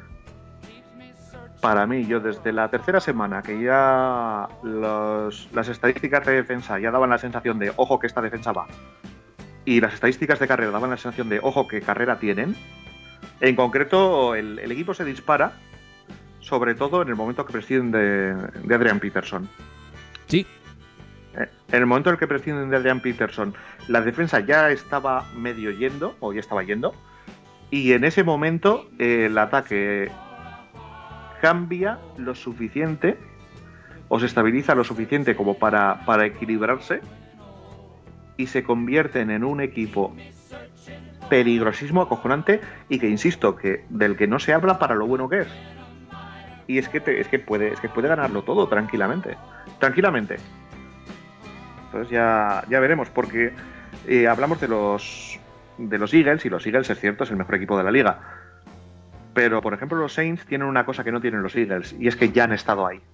para mí, yo desde la tercera semana que ya los, las estadísticas de defensa ya daban la sensación de, ojo, que esta defensa va, y las estadísticas de carrera daban la sensación de, ojo, que carrera tienen, en concreto el, el equipo se dispara, sobre todo en el momento que prescinden de, de Adrian Peterson. Sí. En el momento en el que prescinden de Adrian Peterson, la defensa ya estaba medio yendo, o ya estaba yendo, y en ese momento eh, el ataque cambia lo suficiente o se estabiliza lo suficiente como para, para equilibrarse y se convierten en un equipo peligrosísimo, acojonante y que, insisto, que del que no se habla para lo bueno que es. Y es que, te, es que, puede, es que puede ganarlo todo tranquilamente. Tranquilamente. Entonces ya, ya veremos, porque eh, hablamos de los de los Eagles, y los Eagles, es cierto, es el mejor equipo de la liga. Pero, por ejemplo, los Saints tienen una cosa que no tienen los Eagles, y es que ya han estado ahí.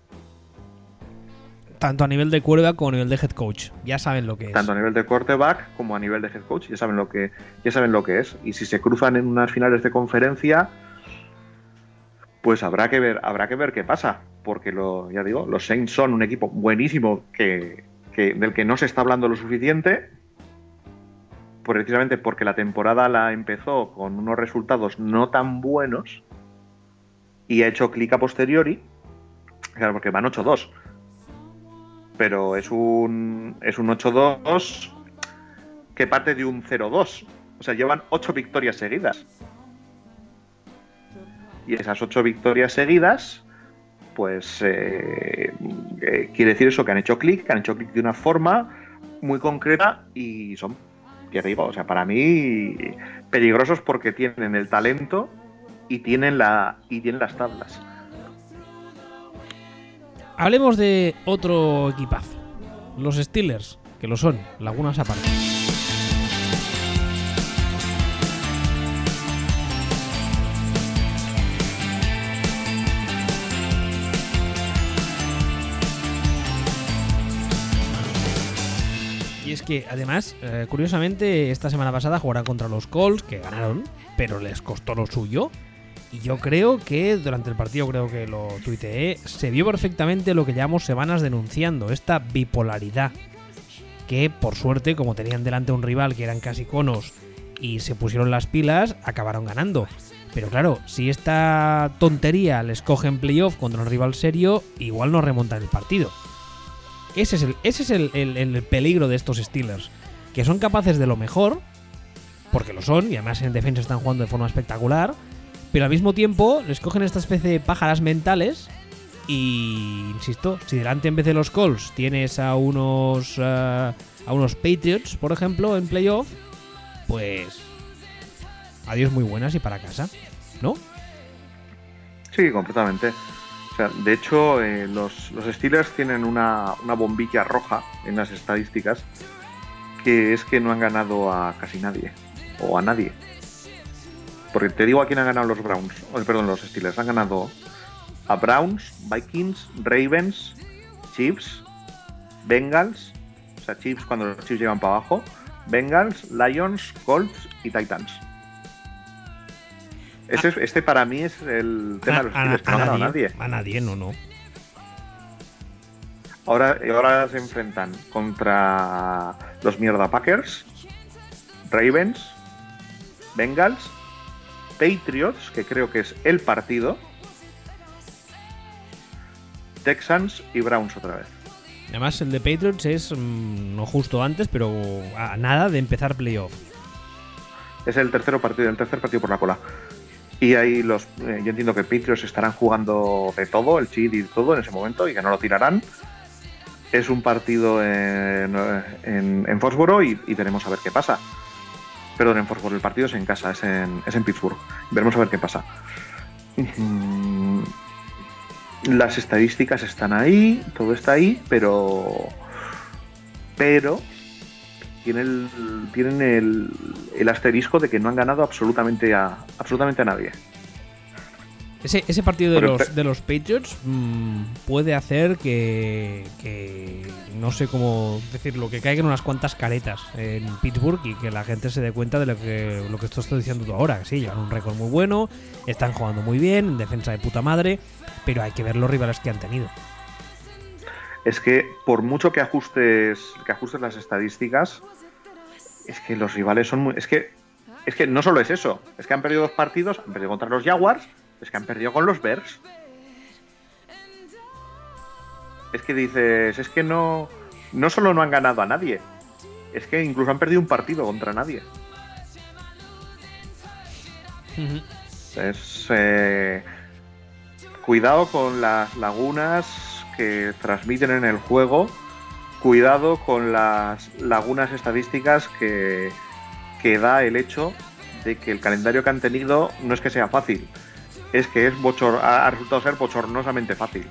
Tanto a nivel de cuerda como a nivel de head coach. Ya saben lo que es. Tanto a nivel de quarterback como a nivel de head coach, ya saben lo que, ya saben lo que es. Y si se cruzan en unas finales de conferencia, pues habrá que ver, habrá que ver qué pasa. Porque lo, ya digo, los Saints son un equipo buenísimo que, que, del que no se está hablando lo suficiente. Precisamente porque la temporada la empezó con unos resultados no tan buenos y ha hecho clic a posteriori, claro, porque van ocho dos, pero es un es un ocho dos que parte de un cero dos, o sea, llevan ocho victorias seguidas, y esas ocho victorias seguidas, pues eh, eh, quiere decir eso, que han hecho clic, que han hecho clic de una forma muy concreta y son, ya te digo, o sea, para mí peligrosos porque tienen el talento y tienen la y tienen las tablas. Hablemos de otro equipazo, los Steelers, que lo son, lagunas aparte. Es que además, eh, curiosamente, esta semana pasada jugarán contra los Colts, que ganaron, pero les costó lo suyo. Y yo creo que durante el partido, creo que lo tuiteé, se vio perfectamente lo que llevamos semanas denunciando, esta bipolaridad. Que por suerte, como tenían delante un rival que eran casi conos y se pusieron las pilas, acabaron ganando. Pero claro, si esta tontería les coge en playoff contra un rival serio, igual no remontan el partido. Ese es, el, ese es el, el, el peligro de estos Steelers, que son capaces de lo mejor, porque lo son, y además en defensa están jugando de forma espectacular, pero al mismo tiempo les cogen esta especie de pájaras mentales y, insisto, si delante en vez de los Colts tienes a unos, uh, a unos Patriots, por ejemplo, en playoff, pues adiós muy buenas y para casa, ¿no? Sí, completamente. O sea, de hecho, eh, los, los Steelers tienen una, una bombilla roja en las estadísticas, que es que no han ganado a casi nadie, o a nadie. Porque te digo a quién han ganado los Browns, o, perdón, los Steelers. Han ganado a Browns, Vikings, Ravens, Chiefs, Bengals, o sea, Chiefs cuando los Chiefs llegan para abajo, Bengals, Lions, Colts y Titans. Este, este para mí es el tema a, de los Steelers, que no ha ganado nadie. A nadie, no, no. Ahora, ahora se enfrentan contra los mierda Packers, Ravens, Bengals, Patriots, que creo que es el partido, Texans y Browns otra vez. Además, el de Patriots es mmm, no justo antes, pero a nada de empezar playoff. Es el tercer partido, el tercer partido por la cola. Y ahí los, eh, yo entiendo que Patriots estarán jugando de todo, el cheat y todo en ese momento, y que no lo tirarán. Es un partido en, en, en Foxboro y, y veremos a ver qué pasa. Perdón, en Foxboro, el partido es en casa, es en, es en Pittsburgh. Veremos a ver qué pasa. Las estadísticas están ahí, todo está ahí, pero pero tienen el, tienen el, el asterisco de que no han ganado absolutamente a absolutamente a nadie. Ese, ese partido de Pero, los, de los Patriots mmm, puede hacer que, que, no sé cómo decirlo, que caigan unas cuantas caretas en Pittsburgh y que la gente se dé cuenta de lo que, lo que esto estoy diciendo tú ahora. Sí, llevan un récord muy bueno, están jugando muy bien, en defensa de puta madre, pero hay que ver los rivales que han tenido. Es que por mucho que ajustes, que ajustes las estadísticas, es que los rivales son muy... Es que, es que no solo es eso, es que han perdido dos partidos, han perdido contra los Jaguars, es que han perdido con los Bears. Es que dices, es que no, no solo no han ganado a nadie, es que incluso han perdido un partido contra nadie. Uh-huh. Es, eh, cuidado con las lagunas que transmiten en el juego, cuidado con las lagunas estadísticas que, que da el hecho de que el calendario que han tenido no es que sea fácil, es que es bochor- ha resultado ser bochornosamente fácil.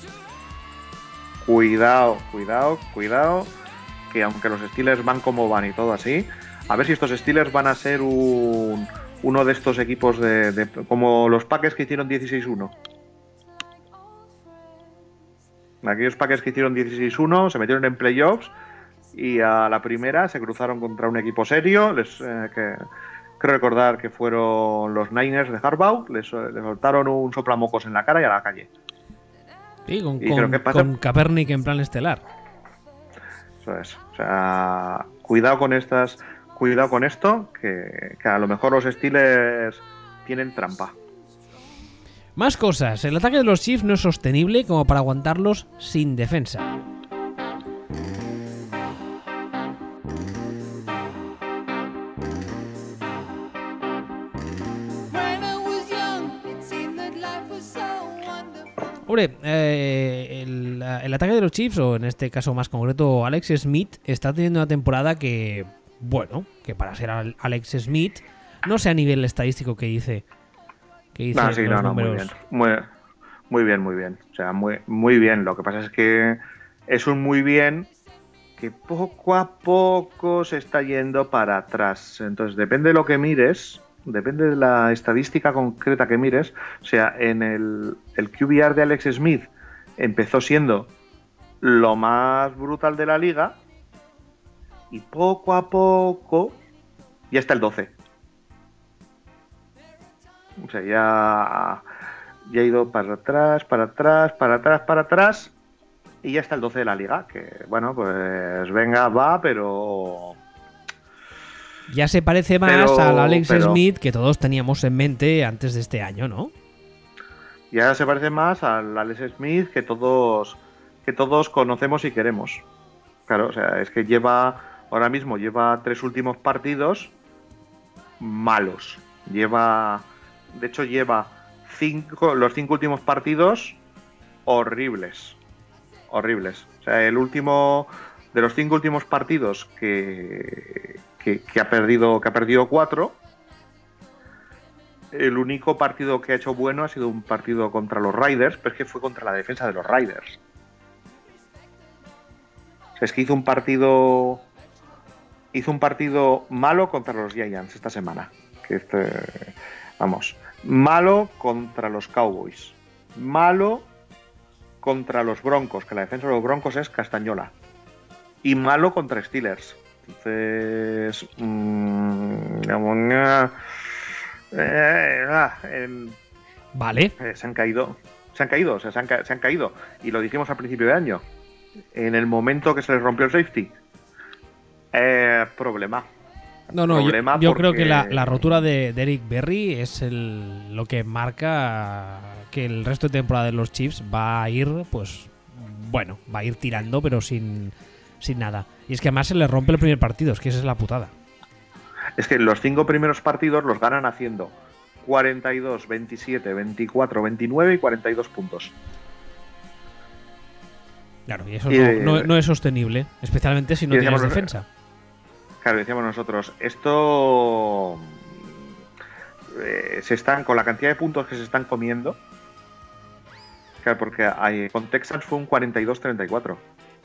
Cuidado, cuidado, cuidado, que aunque los Steelers van como van y todo así, a ver si estos Steelers van a ser un, uno de estos equipos de, de como los Packers que hicieron dieciséis uno. Aquellos Packers que hicieron dieciséis uno se metieron en playoffs y a la primera se cruzaron contra un equipo serio, les... Eh, que, Creo recordar que fueron los Niners de Harbaugh, les, les soltaron un soplamocos en la cara y a la calle. Sí, con, y con, que pasa... con Kaepernick en plan estelar. Eso es. O sea, cuidado con estas, cuidado con esto, que, que a lo mejor los Steelers tienen trampa. Más cosas. El ataque de los Chiefs no es sostenible como para aguantarlos sin defensa. Hombre, eh, el, el ataque de los Chiefs, o en este caso más concreto Alex Smith, está teniendo una temporada que, bueno, que para ser Alex Smith, no sé a nivel estadístico que dice, que dice no, sí, los no, no, números. Muy bien, muy, muy bien, muy bien. O sea, muy, muy bien. Lo que pasa es que es un muy bien que poco a poco se está yendo para atrás. Entonces, depende de lo que mires... Depende de la estadística concreta que mires. O sea, en el, el Q B R de Alex Smith empezó siendo lo más brutal de la liga y poco a poco ya está el doce. O sea, ya, ya ha ido para atrás, para atrás, para atrás, para atrás y ya está el doce de la liga. Que bueno, pues venga, va, pero... Ya se parece más pero, al Alex pero, Smith que todos teníamos en mente antes de este año, ¿no? Ya se parece más al Alex Smith que todos que todos conocemos y queremos. Claro, o sea, es que lleva ahora mismo lleva tres últimos partidos malos. Lleva, de hecho, lleva cinco los cinco últimos partidos horribles, horribles. O sea, el último de los cinco últimos partidos que Que, que ha perdido que ha perdido cuatro. El único partido que ha hecho bueno ha sido un partido contra los Raiders, pero es que fue contra la defensa de los Raiders. O sea, es que hizo un partido hizo un partido malo contra los Giants esta semana. Que este, vamos, malo contra los Cowboys, malo contra los Broncos, que la defensa de los Broncos es castañola, y malo contra Steelers. Entonces, mmm, eh, ah, el, vale. Eh, se han caído, se han caído, o sea, se han, se han caído. Y lo dijimos al principio de año. en el momento que se les rompió el safety. Eh, problema. No, no, yo, Problema yo creo porque- que la, la rotura de, de Eric Berry es el, lo que marca que el resto de temporada de los Chiefs va a ir, pues, bueno, va a ir tirando, pero sin, sin nada. Y es que además se le rompe el primer partido, es que esa es la putada. Es que los cinco primeros partidos los ganan haciendo cuarenta y dos, veintisiete, veinticuatro, veintinueve y cuarenta y dos puntos. Claro, y eso Y no, de- no- no es sostenible, especialmente si no y tienes decíamos- defensa. Claro, decíamos nosotros, esto eh, se están, con la cantidad de puntos que se están comiendo, claro, porque hay, con Texans fue un cuarenta y dos treinta y cuatro.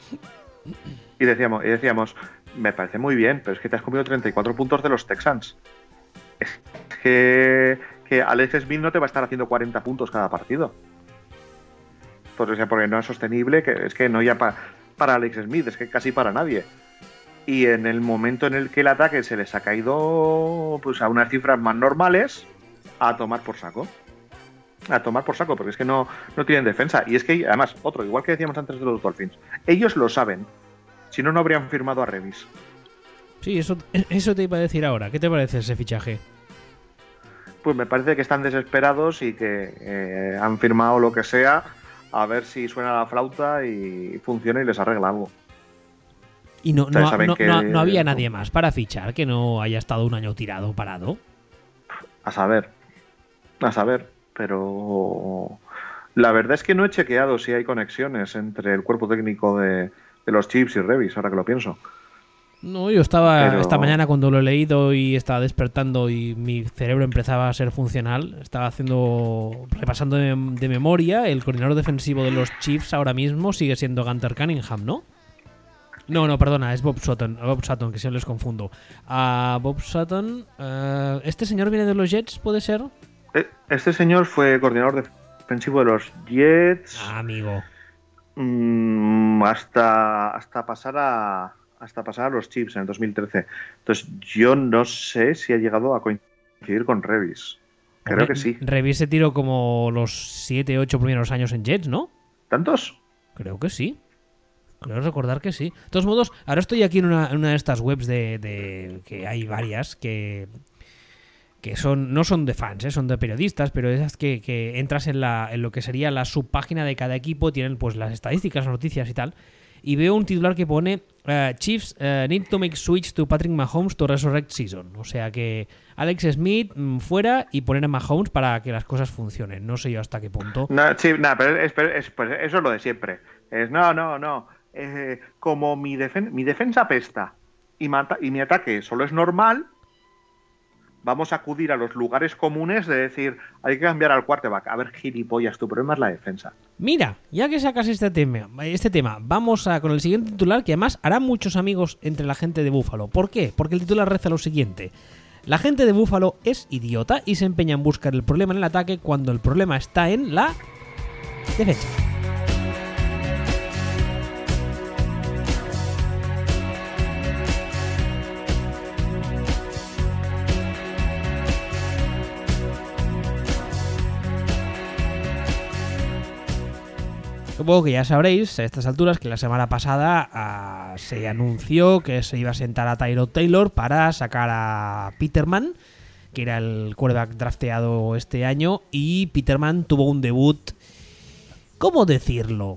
Y decíamos, y decíamos, me parece muy bien, pero es que te has comido treinta y cuatro puntos de los Texans. Es que, que Alex Smith no te va a estar haciendo cuarenta puntos cada partido. Pues, o sea, porque no es sostenible, que es que no ya pa- para Alex Smith, es que casi para nadie. Y en el momento en el que el ataque se les ha caído pues a unas cifras más normales, a tomar por saco. A tomar por saco, porque es que no, no tienen defensa. Y es que, además, otro, igual que decíamos antes de los Dolphins, ellos lo saben. Si no, no habrían firmado a Revis. Sí, eso, eso te iba a decir ahora. ¿Qué te parece ese fichaje? Pues me parece que están desesperados y que eh, han firmado lo que sea a ver si suena la flauta y funciona y les arregla algo. Y no, Ustedes no, saben no, que- no- no había nadie más para fichar que no haya estado un año tirado, parado. A saber. A saber. Pero la verdad es que no he chequeado si hay conexiones entre el cuerpo técnico de, de los Chiefs y Revis, ahora que lo pienso. No, yo estaba Pero- esta mañana cuando lo he leído y estaba despertando y mi cerebro empezaba a ser funcional. Estaba haciendo, repasando de, de memoria, el coordinador defensivo de los Chiefs ahora mismo sigue siendo Gunter Cunningham, ¿no? No, no, perdona, es Bob Sutton, Bob Sutton, que siempre les confundo. Ah, Bob Sutton, eh, ¿este señor viene de los Jets, puede ser? Eh, Este señor fue coordinador defensivo de los Jets Ah, amigo. mm, hasta, hasta pasar a hasta pasar a los Chiefs en el dos mil trece. Entonces yo no sé si ha llegado a coincidir con Revis. Creo Hombre, que sí. Revis se tiró como los siete ocho primeros años en Jets, ¿no? ¿Tantos? Creo que sí. Creo recordar que sí. De todos modos, ahora estoy aquí en una, en una de estas webs de, de- que hay varias que que son no son de fans, ¿eh? Son de periodistas, pero esas que, que entras en, la, en lo que sería la subpágina de cada equipo, tienen pues las estadísticas, noticias y tal. Y veo un titular que pone eh, Chiefs eh, need to make switch to Patrick Mahomes to resurrect season. O sea que Alex Smith mm, fuera y poner a Mahomes para que las cosas funcionen. No sé yo hasta qué punto. No, sí, nada, pero, es- pero es- pues eso es lo de siempre. Es no, no, no. Eh, como mi, defen- mi defensa pesta y, mata- y mi ataque solo es normal, vamos a acudir a los lugares comunes de decir, hay que cambiar al quarterback. A ver, gilipollas, tu problema es la defensa. Mira, ya que sacas este tema, este tema, vamos a con el siguiente titular que además hará muchos amigos entre la gente de Buffalo. ¿Por qué? Porque el titular reza lo siguiente. La gente de Buffalo es idiota y se empeña en buscar el problema en el ataque cuando el problema está en la defensa. Supongo que ya sabréis a estas alturas que la semana pasada ah, se anunció que se iba a sentar a Tyrod Taylor para sacar a Peterman, que era el quarterback drafteado este año, y Peterman tuvo un debut, ¿cómo decirlo?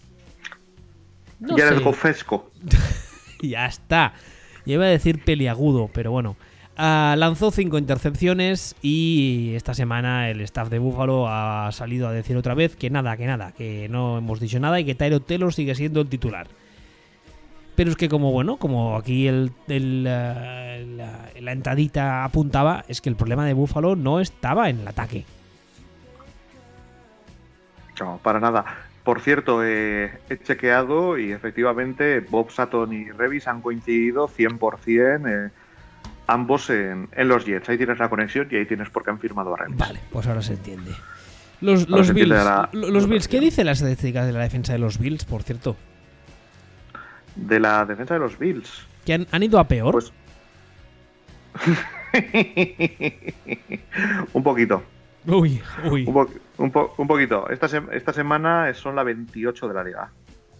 No ya sé. eres gofesco. Ya está. Ya iba a decir peliagudo, pero bueno. Ah, lanzó cinco intercepciones y esta semana el staff de Buffalo ha salido a decir otra vez que nada, que nada, que no hemos dicho nada y que Tyrod Taylor sigue siendo el titular. Pero es que como bueno, como aquí el, el, eh, la, la entradita apuntaba, es que el problema de Buffalo no estaba en el ataque. No, para nada. Por cierto, eh, he chequeado y efectivamente Bob Sutton y Revis han coincidido cien por ciento, eh, ambos en, en los Jets. Ahí tienes la conexión y ahí tienes por qué han firmado a Revis. Vale, pues ahora se entiende. Los, Ahora los se Bills, entiende la- los Bills, ¿qué dice las estadísticas de la defensa de los Bills, por cierto? De la defensa de los Bills. ¿Que han, han ido a peor? Pues. un poquito. Uy, uy. Un, po- un, po- un poquito. Esta, se- esta semana son la veintiocho de la liga.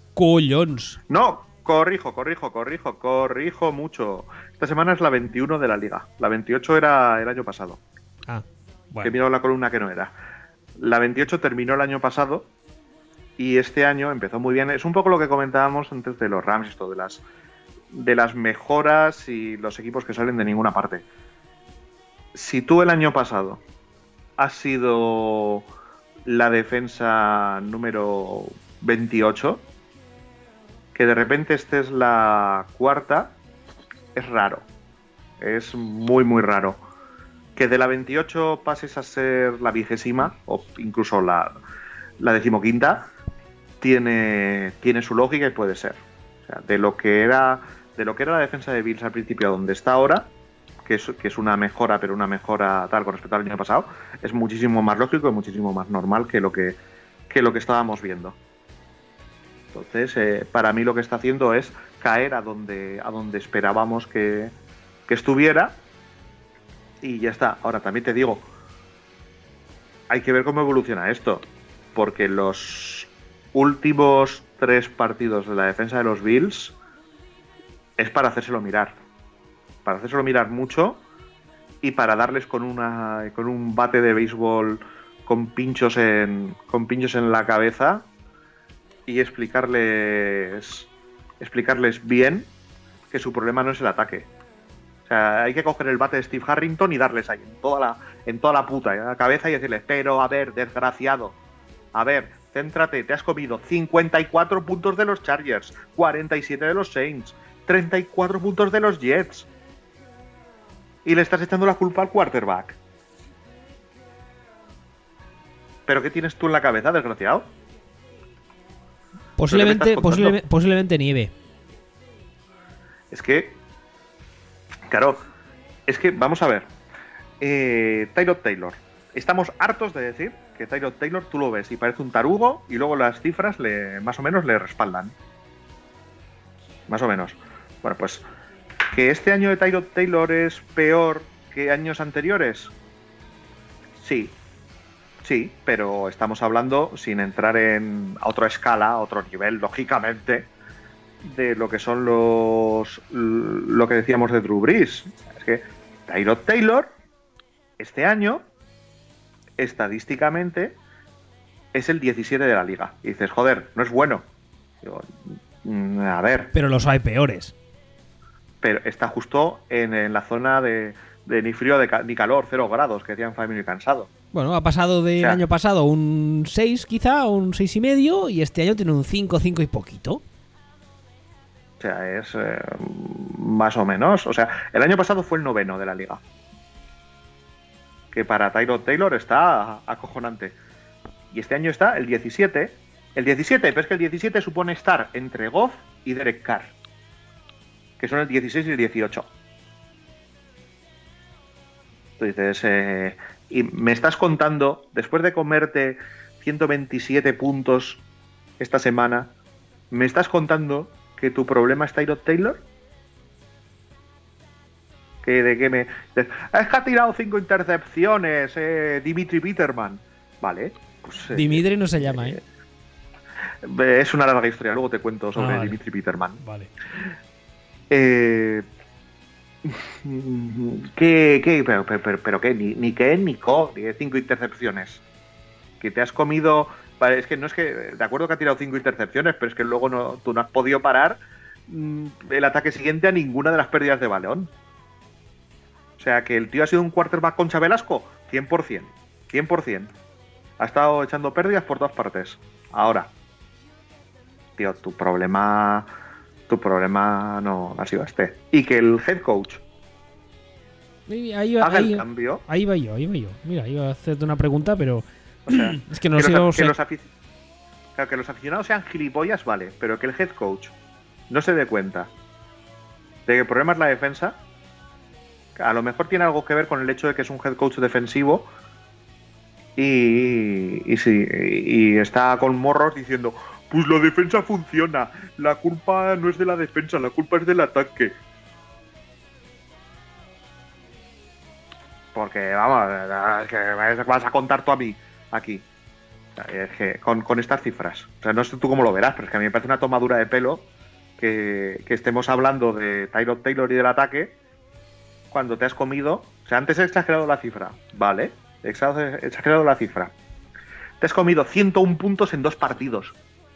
Collons. No, corrijo, corrijo, corrijo, corrijo mucho. Esta semana es la veintiuno de la liga. La veintiocho era el año pasado. Ah, Que he bueno. mirado la columna que no era. La veintiocho terminó el año pasado y este año empezó muy bien. Es un poco lo que comentábamos antes de los Rams, esto de las, de las mejoras y los equipos que salen de ninguna parte. Si tú el año pasado has sido la defensa número veintiocho, que de repente estés la cuarta, es raro. Es muy, muy raro. Que de la veintiocho pases a ser la vigésima, o incluso la, la decimoquinta, tiene, tiene su lógica y puede ser. O sea, de lo que era, de lo que era la defensa de Bills al principio a donde está ahora, que es, que es una mejora, pero una mejora tal con respecto al año pasado, es muchísimo más lógico y muchísimo más normal que lo que, que lo que estábamos viendo. Entonces, eh, para mí lo que está haciendo es caer a donde, a donde esperábamos que, que estuviera y ya está. Ahora, también te digo, hay que ver cómo evoluciona esto, porque los últimos tres partidos de la defensa de los Bills es para hacérselo mirar. Para hacérselo mirar mucho y para darles con una con un bate de béisbol con pinchos en con pinchos en la cabeza y explicarles explicarles bien que su problema no es el ataque. O sea, hay que coger el bate de Steve Harrington y darles ahí en toda la en toda la puta en la cabeza y decirles, pero a ver, desgraciado, a ver, céntrate, te has comido cincuenta y cuatro puntos de los Chargers, cuarenta y siete de los Saints, treinta y cuatro puntos de los Jets. Y le estás echando la culpa al quarterback. ¿Pero qué tienes tú en la cabeza, desgraciado? Posiblemente, contando? posiblemente, posiblemente nieve. Es que, claro, es que, vamos a ver. Eh, Tyrod Taylor. Estamos hartos de decir que Tyrod Taylor tú lo ves y parece un tarugo y luego las cifras le, más o menos le respaldan. Más o menos. Bueno, pues, ¿que este año de Tyrod Taylor es peor que años anteriores? Sí. Sí, pero estamos hablando sin entrar en a otra escala, a otro nivel, lógicamente, de lo que son los lo que decíamos de Drew Brees. Es que Tyrod Taylor este año estadísticamente es el diecisiete de la liga. Y dices, joder, no es bueno. Digo, a ver, Pero los hay peores. pero está justo en, en la zona de, de ni frío de ca- ni calor, cero grados, que decían Family Cansado. Bueno, ha pasado del O sea, año pasado un seis quizá, o un seis y medio, y este año tiene un cinco, cinco y poquito. O sea, es eh, más o menos. O sea, el año pasado fue el noveno de la liga. Que para Tyrod Taylor está acojonante. Y este año está el diecisiete. El diecisiete, pero es que el diecisiete supone estar entre Goff y Derek Carr, que son el dieciséis y el dieciocho. Tú dices, eh, y me estás contando, después de comerte ciento veintisiete puntos esta semana, ¿me estás contando que tu problema es Tyrod Taylor? ¿Que de qué me...? de- es que ha tirado cinco intercepciones, eh, Dimitri Peterman. Vale, pues... eh, Dimitri no se llama, ¿eh? eh, es una larga historia, luego te cuento sobre Ah, vale. Dimitri Peterman. Vale. Eh... ¿Qué, qué? Pero, pero, pero, pero qué, ni, ni qué, ni co, ni cinco intercepciones. Que te has comido. Vale, es que no es que. De acuerdo que ha tirado cinco intercepciones, pero es que luego no, tú no has podido parar mm, el ataque siguiente a ninguna de las pérdidas de balón. O sea, que el tío ha sido un quarterback Concha Velasco, cien por ciento. cien por ciento. Ha estado echando pérdidas por todas partes. Ahora, tío, tu problema. Tu problema no ha sido este. Y que el head coach Ahí, ahí va, haga ahí- el cambio. ahí va yo, ahí va yo. Mira, iba a hacerte una pregunta, pero O sea, es que no que, sé. los, que, los afic- claro, que los aficionados sean gilipollas, vale, pero que el head coach no se dé cuenta de que el problema es la defensa. A lo mejor tiene algo que ver con el hecho de que es un head coach defensivo y, y, sí, y, y está con morros diciendo, pues la defensa funciona, la culpa no es de la defensa, la culpa es del ataque. Porque, vamos, es que vas a contar tú a mí aquí. O sea, es que con, con estas cifras. O sea, no sé tú cómo lo verás, pero es que a mí me parece una tomadura de pelo que, que estemos hablando de Tyrod Taylor y del ataque cuando te has comido. O sea, antes he exagerado la cifra. Vale, he exagerado la cifra. Te has comido ciento uno puntos en dos partidos.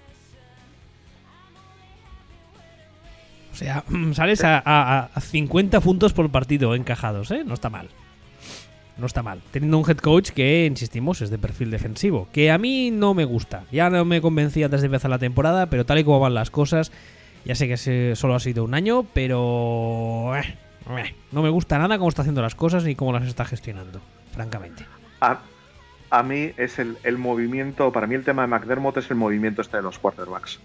O sea, sales a, a, a cincuenta puntos por partido encajados, ¿eh? No está mal. No está mal. Teniendo un head coach que, insistimos, es de perfil defensivo. Que a mí no me gusta. Ya no me convencí antes de empezar la temporada, pero tal y como van las cosas, ya sé que solo ha sido un año, pero... Eh, eh, no me gusta nada cómo está haciendo las cosas ni cómo las está gestionando, francamente. A, a mí es el, el movimiento, para mí el tema de McDermott es el movimiento este de los quarterbacks.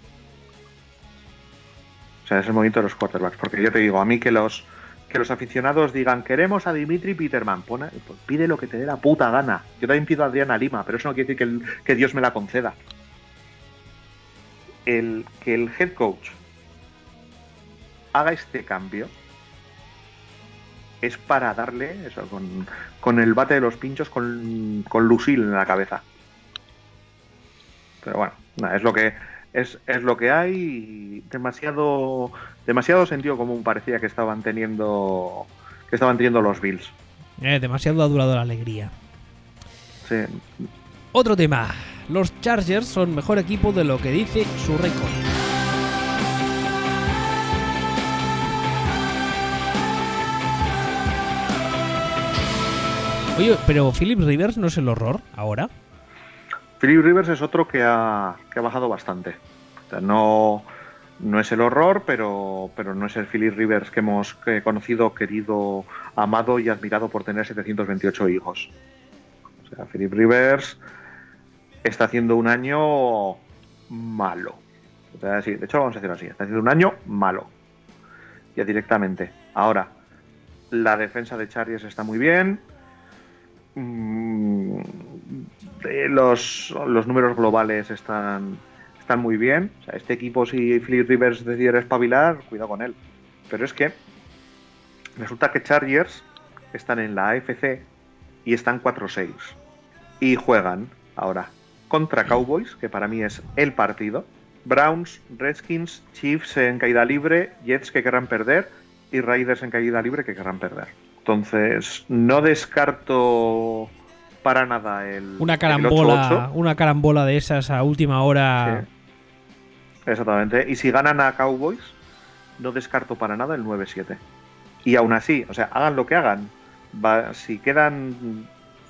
O sea, es el movimiento de los quarterbacks. Porque yo te digo, a mí que los... que los aficionados digan, queremos a Dimitri Peterman, Pone, pues pide lo que te dé la puta gana. Yo también pido a Adriana Lima, pero eso no quiere decir que, el, que Dios me la conceda. El, que el head coach haga este cambio es para darle eso, con, con el bate de los pinchos, con, con Lucille en la cabeza. Pero bueno, nada, es lo que es, es lo que hay. Y demasiado demasiado sentido común parecía que estaban teniendo que estaban teniendo los Bills. Eh, demasiado ha durado la alegría. Sí. Otro tema. Los Chargers son mejor equipo de lo que dice su récord. Oye, pero Philip Rivers no es el horror ahora. Philip Rivers es otro que ha, que ha bajado bastante. O sea, no, no es el horror, pero, pero no es el Philip Rivers que hemos que conocido, querido, amado y admirado por tener setecientos veintiocho hijos. O sea, Philip Rivers está haciendo un año malo. O sea, sí, de hecho, vamos a decirlo así. Está haciendo un año malo. Ya directamente. Ahora, la defensa de Chargers está muy bien. Los, los números globales están, están muy bien. O sea, este equipo, si Philip Rivers decidiera espabilar, cuidado con él. Pero es que resulta que Chargers están en la A F C y están cuatro seis. Y juegan ahora contra Cowboys, que para mí es el partido. Browns, Redskins, Chiefs en caída libre, Jets que querrán perder y Raiders en caída libre que querrán perder. Entonces, no descarto para nada el una carambola, el ocho ocho. Una carambola de esas a última hora. Sí, exactamente. Y si ganan a Cowboys, no descarto para nada el nueve siete. Y aún así, o sea, hagan lo que hagan, va, si quedan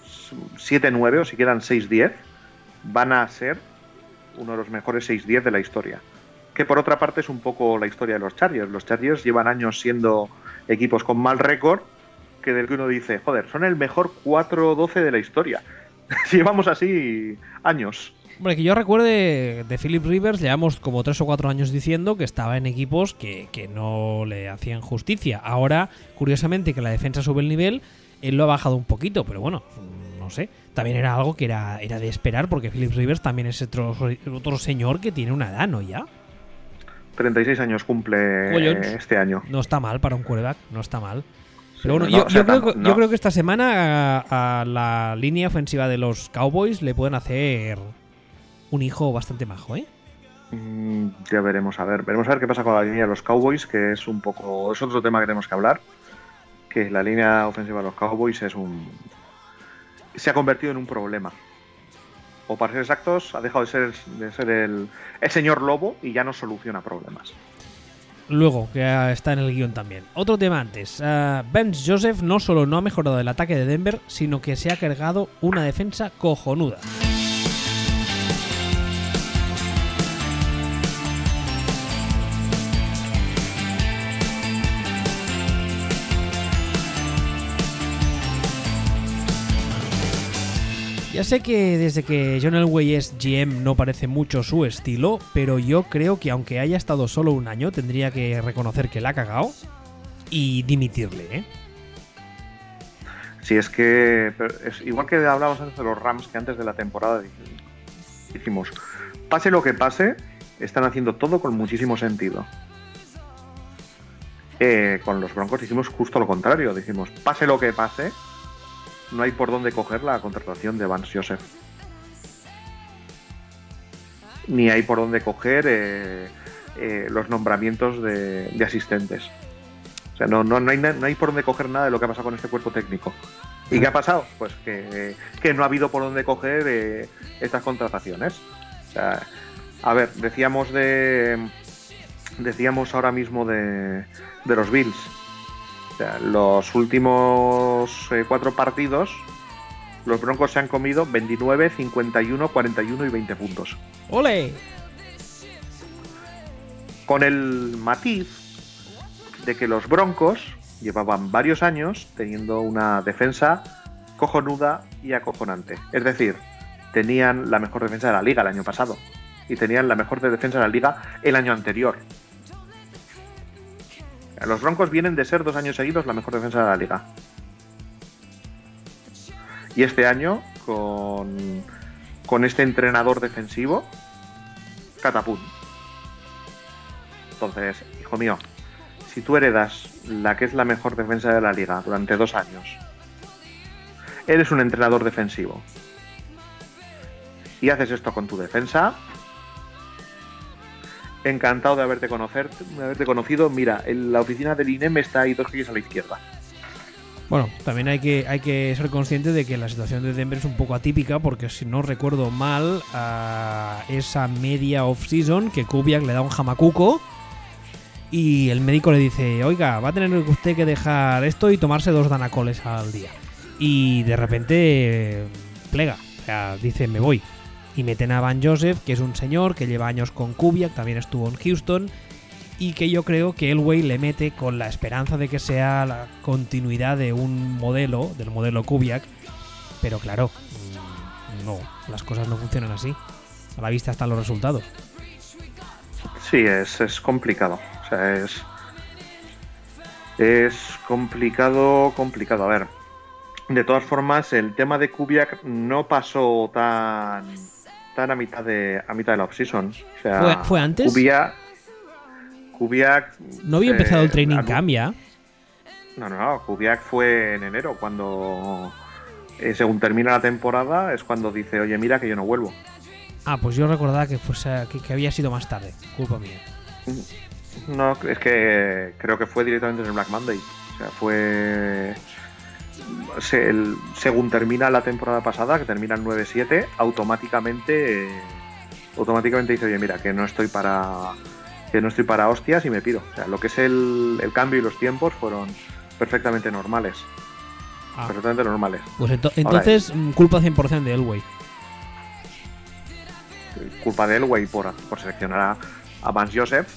siete nueve o si quedan seis diez, van a ser uno de los mejores seis diez de la historia. Que por otra parte es un poco la historia de los Chargers. Los Chargers llevan años siendo equipos con mal récord, que del que uno dice, joder, son el mejor cuatro doce de la historia. Llevamos así años. Hombre, que yo recuerde de Philip Rivers, llevamos como tres o cuatro años diciendo que estaba en equipos que, que no le hacían justicia. Ahora, curiosamente, que la defensa sube el nivel, él lo ha bajado un poquito, pero bueno, no sé. También era algo que era, era de esperar, porque Philip Rivers también es otro, otro señor que tiene una edad, ¿no? Ya. treinta y seis años cumple Collons. Este año. No está mal para un quarterback, no está mal. Pero Sí, bueno, no, yo, o sea, yo, creo, tampoco, yo no. creo que esta semana a, a la línea ofensiva de los Cowboys le pueden hacer un hijo bastante majo, ¿eh? Mm, ya veremos a ver. Veremos a ver qué pasa con la línea de los Cowboys, que es un poco. Es otro tema que tenemos que hablar. Que la línea ofensiva de los Cowboys es un. Se ha convertido en un problema. O para ser exactos, ha dejado de ser, de ser el, el señor lobo y ya no soluciona problemas. Luego, que está en el guión también. Otro tema antes. Uh, Vance Joseph no solo no ha mejorado el ataque de Denver, sino que se ha cargado una defensa cojonuda. Ya sé que desde que John Elway es G M no parece mucho su estilo, pero yo creo que aunque haya estado solo un año, tendría que reconocer que la ha cagado y dimitirle, ¿eh? Sí, es que es igual que hablábamos antes de los Rams, que antes de la temporada dijimos, pase lo que pase, están haciendo todo con muchísimo sentido. Eh, con los Broncos hicimos justo lo contrario, dijimos, pase lo que pase, no hay por dónde coger la contratación de Vance Joseph. ni hay por dónde coger eh, eh, los nombramientos de, de asistentes. O sea, no, no, no, hay, no hay por dónde coger nada de lo que ha pasado con este cuerpo técnico. ¿Y qué ha pasado? Pues que, que no ha habido por dónde coger eh, estas contrataciones. O sea, a ver, decíamos de decíamos ahora mismo de, de los Bills. O sea, los últimos eh, cuatro partidos, los Broncos se han comido veintinueve, cincuenta y uno, cuarenta y uno y veinte puntos. ¡Ole! Con el matiz de que los Broncos llevaban varios años teniendo una defensa cojonuda y acojonante. Es decir, tenían la mejor defensa de la liga el año pasado y tenían la mejor defensa de la liga el año anterior. Los Broncos vienen de ser dos años seguidos la mejor defensa de la liga. Y este año, con, con este entrenador defensivo, catapum. Entonces, hijo mío, si tú heredas la que es la mejor defensa de la liga durante dos años, eres un entrenador defensivo y haces esto con tu defensa, encantado de haberte, conocer, de haberte conocido. Mira, en la oficina del I N E M está ahí dos calles a la izquierda. Bueno, también hay que, hay que ser consciente de que la situación de Denver es un poco atípica, porque si no recuerdo mal, a esa media off-season que Kubiak le da un jamacuco y el médico le dice, oiga, va a tener usted que dejar esto y tomarse dos danacoles al día. Y de repente plega, o sea, dice, me voy. Y meten a Van Joseph, que es un señor que lleva años con Kubiak, también estuvo en Houston, y que yo creo que Elway le mete con la esperanza de que sea la continuidad de un modelo, del modelo Kubiak, pero claro, no, las cosas no funcionan así. A la vista están los resultados. Sí, es, es complicado. O sea, es, es complicado, complicado. A ver, de todas formas, el tema de Kubiak no pasó tan, tan a mitad de a mitad de la offseason. O sea, ¿Fue, ¿Fue antes? Kubiak, Kubiak ¿No había empezado eh, el training anu- camp ya? No, no, no. Kubiak fue en enero, cuando, eh, según termina la temporada, es cuando dice, oye, mira que yo no vuelvo. Ah, pues yo recordaba que, fuese, que, que había sido más tarde, culpa mía. No, es que creo que fue directamente en el Black Monday. O sea, fue... Se, el, según termina la temporada pasada, que termina el nueve siete, automáticamente eh, automáticamente dice, oye, mira, que no estoy para que no estoy para hostias y me pido. O sea, lo que es el, el cambio y los tiempos fueron perfectamente normales. Ah. Perfectamente normales. Pues ento- entonces, Ahora, culpa cien por ciento de Elway. Culpa de Elway por, por seleccionar a, a Vance Joseph.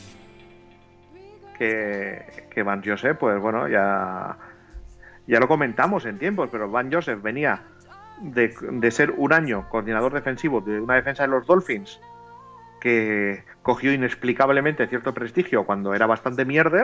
Que, que Vance Joseph, pues bueno, ya... Ya lo comentamos en tiempos, pero Van Joseph venía de, de ser un año coordinador defensivo de una defensa de los Dolphins que cogió inexplicablemente cierto prestigio cuando era bastante mierder,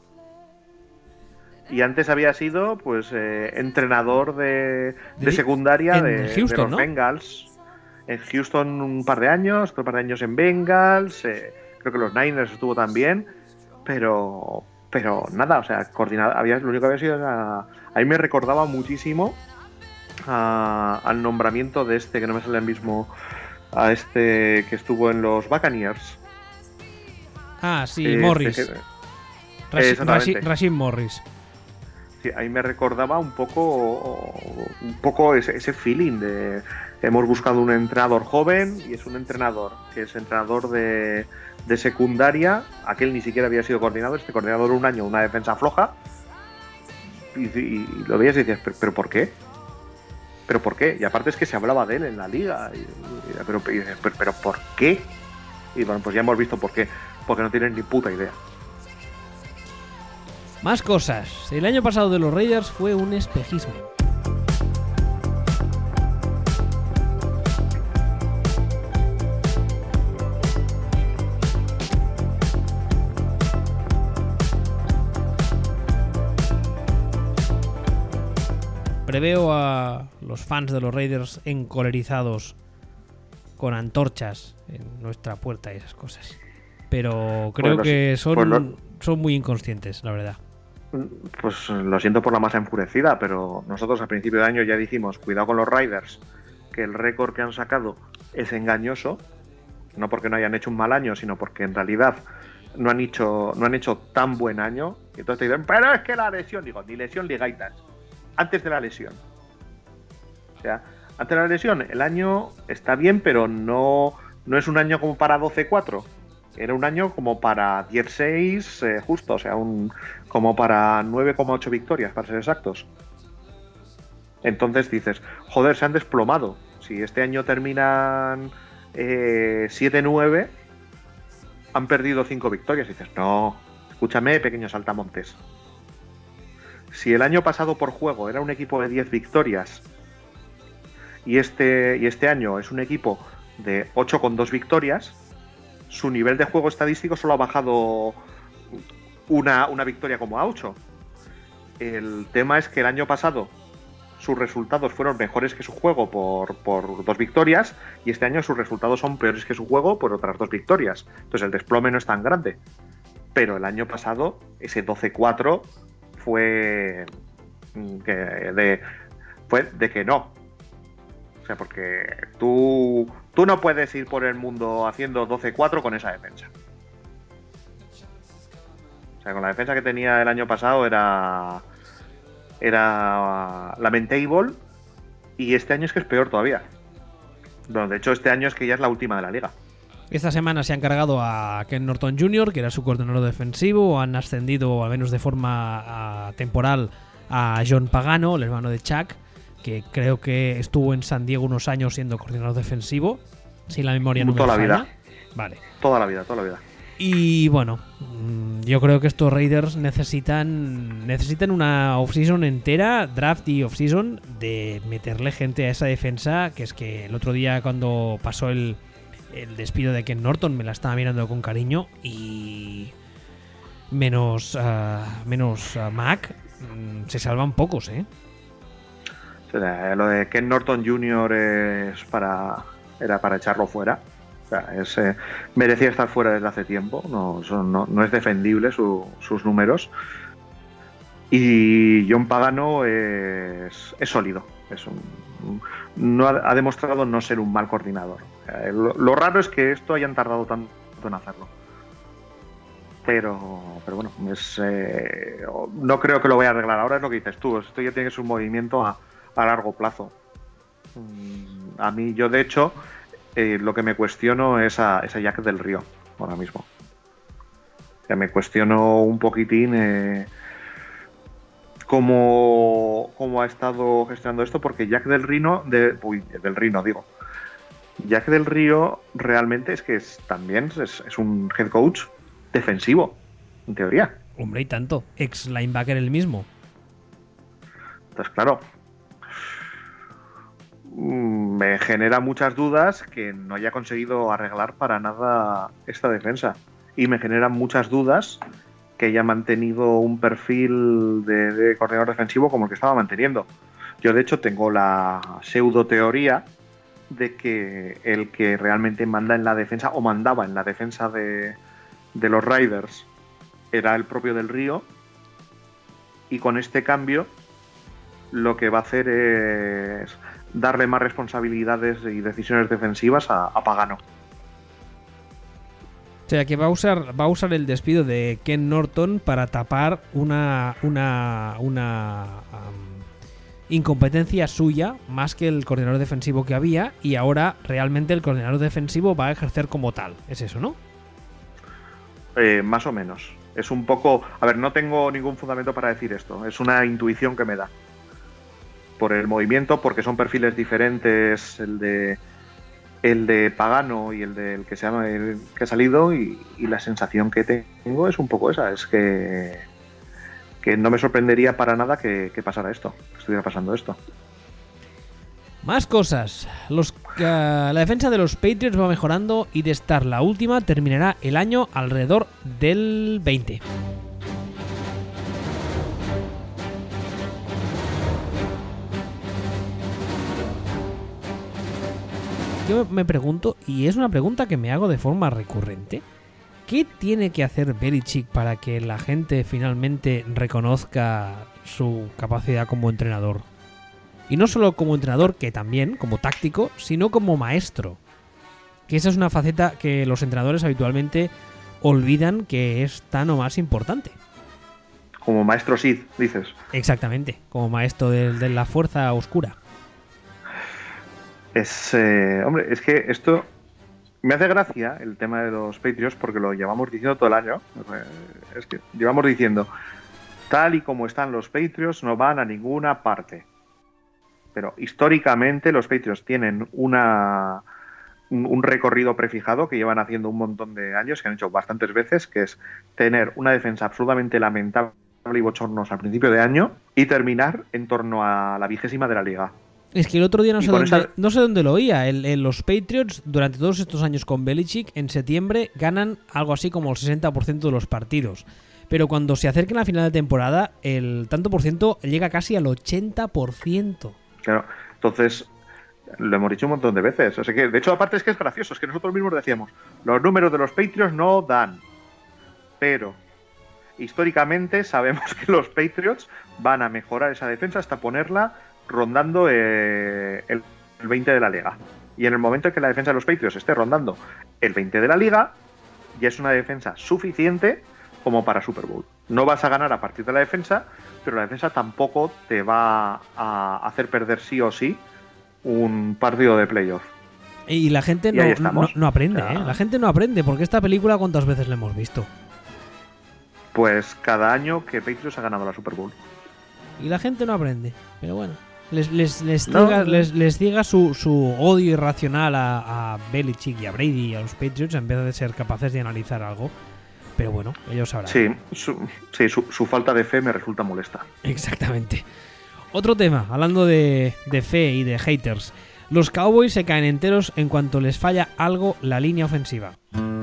y antes había sido pues eh, entrenador de, de secundaria de, Houston, de los ¿no? Bengals. En Houston un par de años, otro par de años en Bengals, eh, creo que los Niners estuvo también, pero... Pero nada, o sea, coordinado, había, lo único que había sido era, ahí me recordaba muchísimo a, al nombramiento de este, que no me sale el mismo, a este que estuvo en los Buccaneers. Ah, sí, este, Morris. Que, Rashid, Rashid, Rashid Morris. Sí, ahí me recordaba un poco, un poco ese, ese feeling de hemos buscado un entrenador joven y es un entrenador que es entrenador de, de secundaria. Aquel ni siquiera había sido coordinador, este coordinador un año, una defensa floja, y, y, y lo veías y decías, ¿pero, pero por qué? ¿Pero por qué? Y aparte es que se hablaba de él en la liga, y, y, pero, y dices, ¿pero, pero por qué? Y bueno, pues ya hemos visto por qué, porque no tienen ni puta idea. Más cosas. El año pasado de los Raiders fue un espejismo. Preveo a los fans de los Raiders encolerizados con antorchas en nuestra puerta y esas cosas. Pero creo pues que son, pues lo... son muy inconscientes, la verdad. Pues lo siento por la masa enfurecida, pero nosotros a principio de año ya dijimos, cuidado con los Raiders, que el récord que han sacado es engañoso no porque no hayan hecho un mal año, sino porque en realidad no han hecho, no han hecho tan buen año. Y entonces te dicen, pero es que la lesión, digo, ni lesión ni gaitas. Antes de la lesión. O sea, antes de la lesión, el año está bien, pero no, no es un año como para doce cuatro. Era un año como para diez seis, eh, justo, o sea, un, como para nueve coma ocho victorias, para ser exactos. Entonces dices, joder, se han desplomado. Si este año terminan eh, siete nueve, han perdido cinco victorias. Y dices, no, escúchame, pequeños saltamontes. Si el año pasado por juego era un equipo de diez victorias y este, y este año es un equipo de ocho con dos victorias, su nivel de juego estadístico solo ha bajado una, una victoria como a ocho. El tema es que el año pasado sus resultados fueron mejores que su juego por, por dos victorias y este año sus resultados son peores que su juego por otras dos victorias. Entonces el desplome no es tan grande. Pero el año pasado ese doce cuatro fue que de, fue de que no. O sea, porque tú, tú no puedes ir por el mundo haciendo doce cuatro con esa defensa. O sea, con la defensa que tenía el año pasado era... era lamentable y este año es que es peor todavía. Bueno, de hecho este año es que ya es la última de la liga. Esta semana se han cargado a Ken Norton junior, que era su coordinador defensivo, han ascendido, al menos de forma uh, temporal, a John Pagano, el hermano de Chuck, que creo que estuvo en San Diego unos años siendo coordinador defensivo, si la memoria no me toda falla. La vida. Vale. Toda la vida, toda la vida. Y bueno, yo creo que estos Raiders necesitan necesitan una offseason entera, draft y offseason, de meterle gente a esa defensa, que es que el otro día cuando pasó el, el despido de Ken Norton me la estaba mirando con cariño y menos, uh, menos uh, Mac, um, se salvan pocos, ¿eh? O sea, lo de Ken Norton junior es para, era para echarlo fuera. O sea, es, eh, merecía estar fuera desde hace tiempo, no, son, no, no es defendible su, sus números. Y John Pagano es, es sólido, es un, no ha, ha demostrado no ser un mal coordinador. O sea, lo, lo raro es que esto hayan tardado tanto en hacerlo. Pero, pero bueno, es, eh, no creo que lo vaya a arreglar. Ahora es lo que dices tú, esto ya tiene que ser un movimiento a, a largo plazo. A mí, yo de hecho... Eh, lo que me cuestiono es a, es a Jack del Río ahora mismo. O sea, me cuestiono un poquitín eh, cómo, cómo ha estado gestionando esto, porque Jack del Río, de, uy, del Río digo, Jack del Río realmente es que es, también es, es un head coach defensivo, en teoría. Hombre, y tanto, ex linebacker el mismo. Entonces, claro, me genera muchas dudas que no haya conseguido arreglar para nada esta defensa. Y me generan muchas dudas que haya mantenido un perfil de, de coordinador defensivo como el que estaba manteniendo. Yo, de hecho, tengo la pseudo teoría de que el que realmente manda en la defensa, o mandaba en la defensa de, de los Raiders, era el propio Del Río. Y con este cambio, lo que va a hacer es darle más responsabilidades y decisiones defensivas a, a Pagano. O sea, que va a usar va a usar el despido de Ken Norton para tapar una una una um, incompetencia suya, más que el coordinador defensivo que había, y ahora realmente el coordinador defensivo va a ejercer como tal. ¿Es eso, no? Eh, más o menos. Es un poco... A ver, no tengo ningún fundamento para decir esto. Es una intuición que me da. Por el movimiento, porque son perfiles diferentes el de el de Pagano y el del que se llama el que ha salido, y, y la sensación que tengo es un poco esa, es que que no me sorprendería para nada que, que pasara esto, que estuviera pasando esto. Más cosas. Los, uh, la defensa de los Patriots va mejorando y de estar la última terminará el año alrededor del veinte. Yo me pregunto, y es una pregunta que me hago de forma recurrente, ¿qué tiene que hacer Belichick para que la gente finalmente reconozca su capacidad como entrenador? Y no solo como entrenador, que también, como táctico, sino como maestro. Que esa es una faceta que los entrenadores habitualmente olvidan que es tan o más importante. Como maestro Sith, dices. Exactamente, como maestro de, de la fuerza oscura. Es, eh, hombre, es que esto me hace gracia el tema de los Patriots porque lo llevamos diciendo todo el año. Es que llevamos diciendo, tal y como están los Patriots no van a ninguna parte. Pero históricamente los Patriots tienen una un, un recorrido prefijado que llevan haciendo un montón de años, que han hecho bastantes veces, que es tener una defensa absolutamente lamentable y bochornosa al principio de año y terminar en torno a la vigésima de la liga. Es que el otro día no Y sé, con dónde, esa- no sé dónde lo oía. El, el- los Patriots, durante todos estos años con Belichick, en septiembre ganan algo así como el sesenta por ciento de los partidos. Pero cuando se acerquen a la final de temporada, el tanto por ciento llega casi al ochenta por ciento. Claro, entonces lo hemos dicho un montón de veces. O sea que, de hecho, aparte es que es gracioso, es que nosotros mismos decíamos, los números de los Patriots no dan. Pero históricamente sabemos que los Patriots van a mejorar esa defensa hasta ponerla rondando eh, el, el veinte de la liga. Y en el momento en que la defensa de los Patriots esté rondando el veinte de la liga, ya es una defensa suficiente como para Super Bowl. No vas a ganar a partir de la defensa, pero la defensa tampoco te va a hacer perder sí o sí un partido de playoff. Y la gente Y no, ahí no, estamos. no aprende, O sea, ¿eh? La gente no aprende, porque esta película, ¿cuántas veces la hemos visto? Pues cada año que Patriots ha ganado la Super Bowl. Y la gente no aprende. Pero bueno, les, les, les No. ciega, les, les ciega su, su odio irracional a, a Belichick y a Brady y a los Patriots en vez de ser capaces de analizar algo. Pero bueno, ellos sabrán. Sí, su, sí, su, su falta de fe me resulta molesta. Exactamente. Otro tema, hablando de, de fe y de haters. Los Cowboys se caen enteros en cuanto les falla algo la línea ofensiva.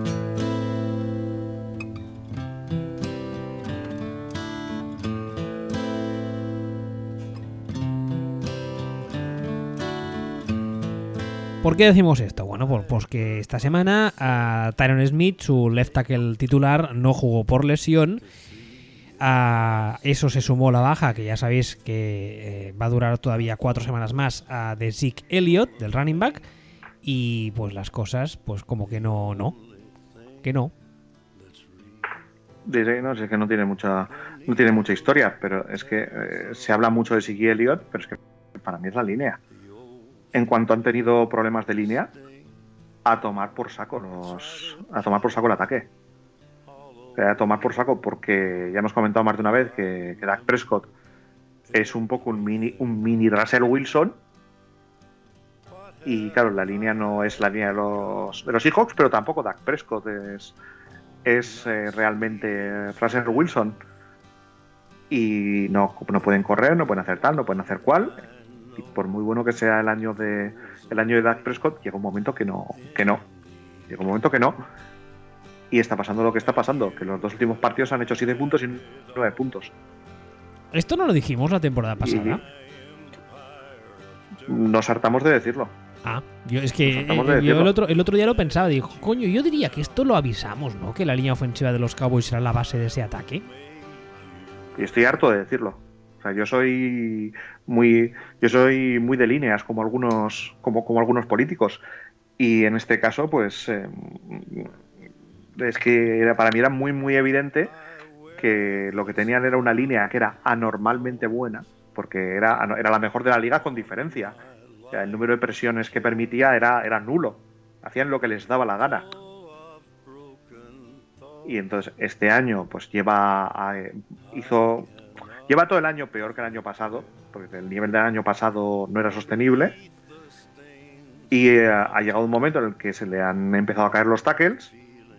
¿Por qué decimos esto? Bueno, pues, pues que esta semana a Tyron Smith, su left tackle titular, no jugó por lesión. A eso se sumó la baja, que ya sabéis que eh, va a durar todavía cuatro semanas más, a de Zeke Elliott, del running back. Y pues las cosas, pues como que no, no. Que no. Dice, no sé, que no tiene mucha no tiene mucha historia, pero es que eh, se habla mucho de Zeke Elliott, pero es que para mí es la línea. En cuanto han tenido problemas de línea, a tomar por saco los a tomar por saco el ataque. O sea, a tomar por saco, porque ya hemos comentado más de una vez que, que Dak Prescott es un poco un mini un mini Russell Wilson. Y claro, la línea no es la línea de los de los Seahawks, pero tampoco Dak Prescott es es eh, realmente Russell Wilson. Y no, no pueden correr, no pueden hacer tal, no pueden hacer cual. Y por muy bueno que sea el año de el año de Dak Prescott, llega un momento que no, que no. Llega un momento que no. Y está pasando lo que está pasando, que los dos últimos partidos han hecho siete puntos y nueve puntos. Esto no lo dijimos la temporada pasada. Y nos hartamos de decirlo. Ah, yo es que Nos hartamos de eh, yo decirlo. el otro, el otro día lo pensaba, dijo, coño, yo diría que esto lo avisamos, ¿no? Que la línea ofensiva de los Cowboys será la base de ese ataque. Y estoy harto de decirlo. O sea, yo soy muy yo soy muy de líneas como algunos como, como algunos políticos. Y en este caso, pues eh, es que era, para mí era muy muy evidente que lo que tenían era una línea que era anormalmente buena, porque era, era la mejor de la liga con diferencia. O sea, el número de presiones que permitía era, era nulo. Hacían lo que les daba la gana. Y entonces este año pues lleva a, hizo lleva todo el año peor que el año pasado, porque el nivel del año pasado no era sostenible. Y eh, ha llegado un momento en el que se le han empezado a caer los tackles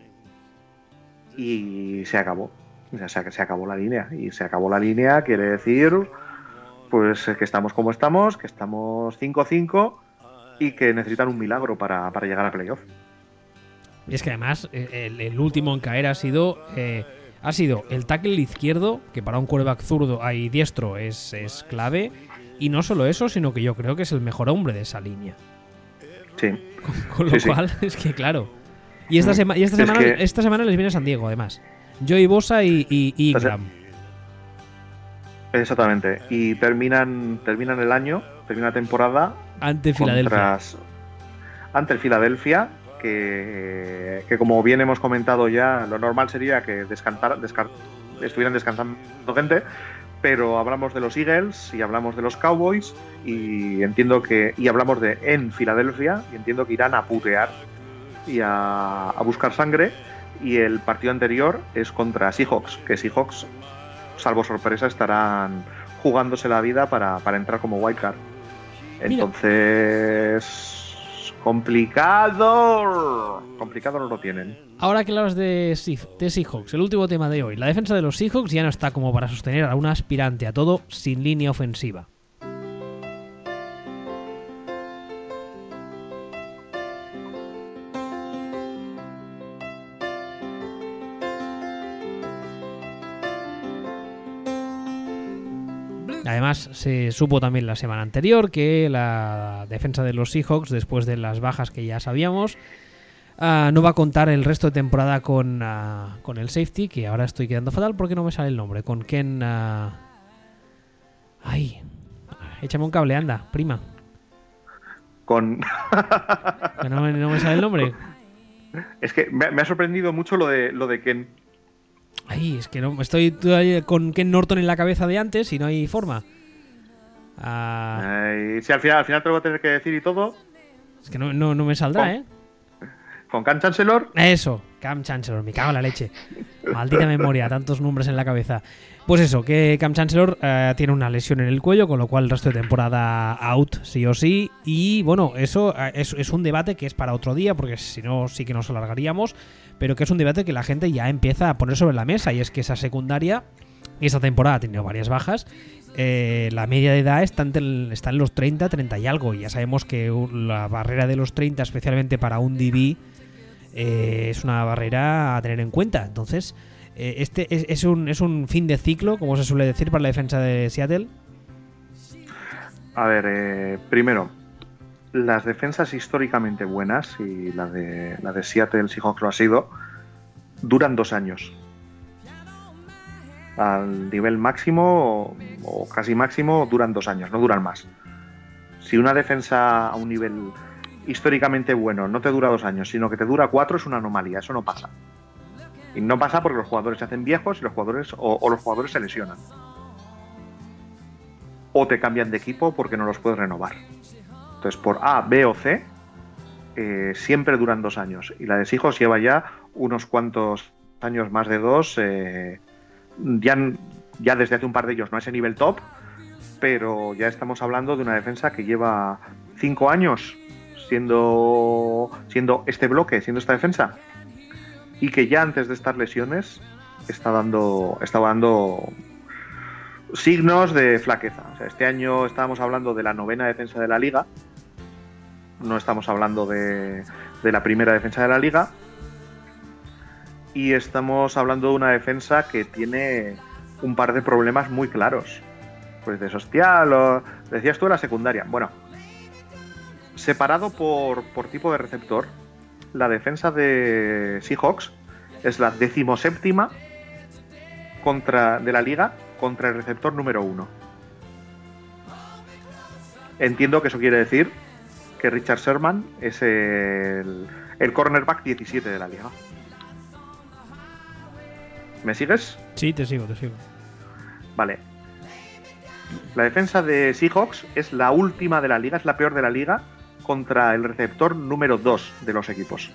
y se acabó. O sea, se, se acabó la línea. Y se acabó la línea quiere decir pues que estamos como estamos, que estamos cinco cinco y que necesitan un milagro para, para llegar a playoff. Y es que además el, el último en caer ha sido eh, ha sido el tackle izquierdo, que para un quarterback zurdo y diestro es, es clave. Y no solo eso, sino que yo creo que es el mejor hombre de esa línea. Sí. Con, con lo Sí, sí. cual, es que claro. Y esta, sema- y esta Es semana que- esta semana les viene San Diego, además. Joey Bosa y, y, y Esta se- Ingram. Exactamente. Y terminan, terminan el año, termina la temporada Ante Filadelfia. contra- ante el Filadelfia que, que como bien hemos comentado ya, lo normal sería que descantar, descar, estuvieran descansando gente, pero hablamos de los Eagles y hablamos de los Cowboys y entiendo que y hablamos de en Filadelfia y entiendo que irán a putear y a, a buscar sangre, y el partido anterior es contra Seahawks, que Seahawks, salvo sorpresa, estarán jugándose la vida para, para entrar como wildcard. Entonces, complicado. Complicado no lo tienen. Ahora que hablas de, de Seahawks, el último tema de hoy. La defensa de los Seahawks ya no está como para sostener a un aspirante a todo sin línea ofensiva. Además, se supo también la semana anterior que la defensa de los Seahawks, después de las bajas que ya sabíamos, uh, no va a contar el resto de temporada con, uh, con el safety, que ahora estoy quedando fatal porque no me sale el nombre. Con Ken... Uh... Ay, échame un cable, anda, prima. Con... que no, me, no me sale el nombre. Es que me, me ha sorprendido mucho lo de, lo de Ken. Ay, es que no estoy todavía con Ken Norton en la cabeza de antes y no hay forma. Ah, Ay, sí, al final, al final te lo voy a tener que decir y todo. Es que no, no, no me saldrá, con, ¿eh? Con Cam Chancellor. Eso, Cam Chancellor, me cago en la leche. Maldita memoria, tantos nombres en la cabeza. Pues eso, que Cam Chancellor uh, tiene una lesión en el cuello, con lo cual el resto de temporada out sí o sí. Y bueno, eso uh, es, es un debate que es para otro día, porque si no sí que nos alargaríamos, pero que es un debate que la gente ya empieza a poner sobre la mesa, y es que esa secundaria, esta temporada ha tenido varias bajas. Eh, la media de edad está en, está en los treinta, treinta y algo, y ya sabemos que la barrera de los treinta, especialmente para un D B, eh, es una barrera a tener en cuenta. Entonces, eh, este es, es, un, es un fin de ciclo, como se suele decir, para la defensa de Seattle. A ver, eh, primero, las defensas históricamente buenas, y la de, la de Seattle Seahawks lo ha sido, duran dos años. Al nivel máximo o, o casi máximo duran dos años, no duran más. Si una defensa a un nivel históricamente bueno no te dura dos años, sino que te dura cuatro, es una anomalía, eso no pasa. Y no pasa porque los jugadores se hacen viejos y los jugadores o, o los jugadores se lesionan. O te cambian de equipo porque no los puedes renovar. Entonces, por A, B o C, eh, siempre duran dos años. Y la de Seahawks lleva ya unos cuantos años, más de dos. Eh, ya, ya desde hace un par de ellos no a ese nivel top, pero ya estamos hablando de una defensa que lleva cinco años siendo, siendo este bloque, siendo esta defensa. Y que ya antes de estas lesiones está dando, estaba dando signos de flaqueza. O sea, este año estábamos hablando de la novena defensa de la liga. No estamos hablando de, de la primera defensa de la liga. Y estamos hablando de una defensa que tiene un par de problemas muy claros. Pues de hostia, lo decías tú en la secundaria. Bueno, separado por, por tipo de receptor, la defensa de Seahawks es la decimoséptima contra, de la liga contra el receptor número uno. Entiendo que eso quiere decir que Richard Sherman es el, el cornerback diecisiete de la liga. ¿Me sigues? Sí, te sigo, te sigo. Vale. La defensa de Seahawks es la última de la liga, es la peor de la liga contra el receptor número dos de los equipos.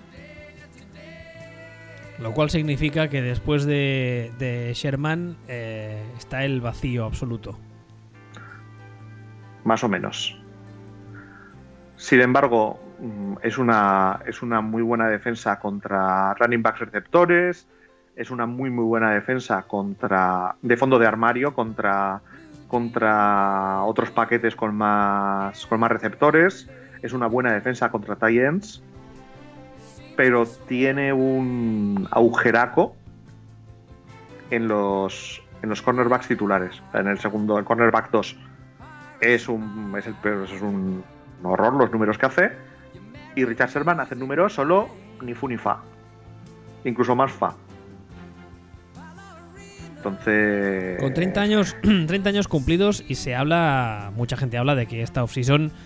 Lo cual significa que después de, de Sherman eh, está el vacío absoluto. Más o menos. Sin embargo, es una, es una muy buena defensa contra running backs receptores. Es una muy muy buena defensa contra de fondo de armario contra, contra otros paquetes con más, con más receptores. Es una buena defensa contra tight ends, pero tiene un agujeraco en los, en los cornerbacks titulares. En el segundo, el cornerback dos es un, es el peor, es un horror los números que hace, y Richard Sherman hace números solo ni fu ni fa, incluso más fa. Entonces, con treinta años, treinta años cumplidos, y se habla, mucha gente habla de que esta offseason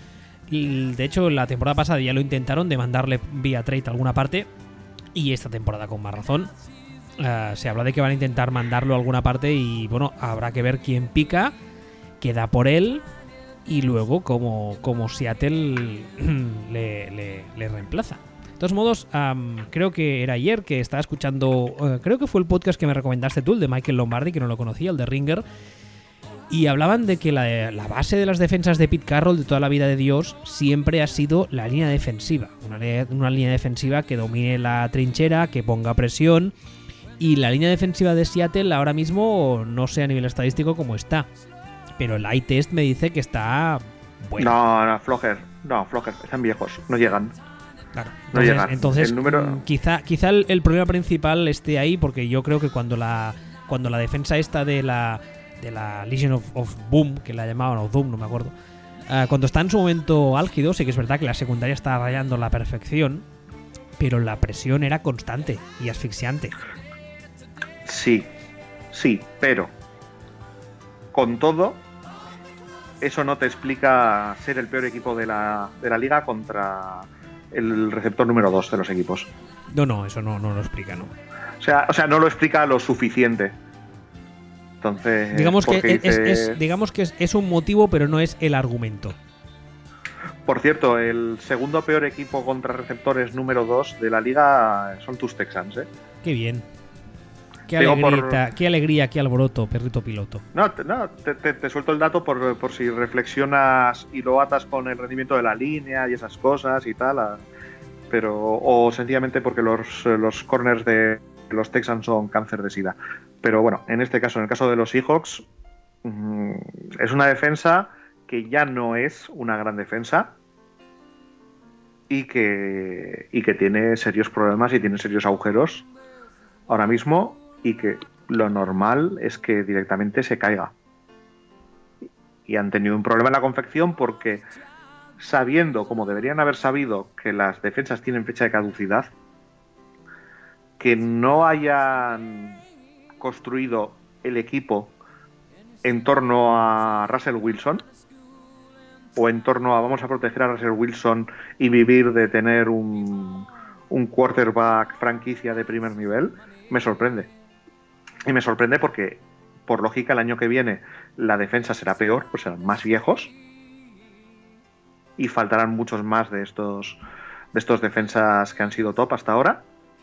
Y, de hecho, la temporada pasada ya lo intentaron de mandarle vía trade a alguna parte. Y esta temporada con más razón. Uh, se habla de que van a intentar mandarlo a alguna parte y bueno, habrá que ver quién pica, queda por él y luego cómo, cómo Seattle le, le, le reemplaza. De todos modos, um, creo que era ayer que estaba escuchando, uh, creo que fue el podcast que me recomendaste tú, el de Michael Lombardi, que no lo conocía, el de Ringer, y hablaban de que la, la base de las defensas de Pete Carroll de toda la vida de Dios siempre ha sido la línea defensiva, una, una línea defensiva que domine la trinchera, que ponga presión. Y la línea defensiva de Seattle ahora mismo no sé a nivel estadístico cómo está. Pero el eye test me dice que está bueno. No, no, Flojer. No, Flojer. Están viejos. No llegan. Claro. No Entonces, llegan. entonces El número... quizá, quizá el, el problema principal esté ahí porque yo creo que cuando la cuando la defensa esta de la de la Legion of, of Boom, que la llamaban, o Doom, no me acuerdo, uh, cuando está en su momento álgido, sí que es verdad que la secundaria está rayando la perfección, pero la presión era constante y asfixiante. Sí, sí, pero con todo, eso no te explica ser el peor equipo de la, de la liga contra el receptor número dos de los equipos. No, no, eso no, no lo explica, ¿no? O sea, o sea, no lo explica lo suficiente. Entonces, digamos que, es, dices... es, digamos que es, es un motivo, pero no es el argumento. Por cierto, el segundo peor equipo contra receptores número dos de la liga son tus Texans, ¿eh? Qué bien. Qué alegría, por... qué alegría, qué alboroto, perrito piloto. No, te, no, te, te, te suelto el dato por, por si reflexionas y lo atas con el rendimiento de la línea y esas cosas y tal. A, pero o sencillamente porque los, los corners de los Texans son cáncer de sida. Pero bueno, en este caso, en el caso de los Seahawks, mmm, es una defensa que ya no es una gran defensa y que, y que tiene serios problemas y tiene serios agujeros ahora mismo. Y que lo normal es que directamente se caiga. Y han tenido un problema en la confección porque, sabiendo, como deberían haber sabido, que las defensas tienen fecha de caducidad, que no hayan construido el equipo en torno a Russell Wilson o en torno a vamos a proteger a Russell Wilson y vivir de tener un, un quarterback franquicia de primer nivel, me sorprende. Y me sorprende porque, por lógica, el año que viene la defensa será peor, pues serán más viejos y faltarán muchos más de estos de estos defensas que han sido top hasta ahora.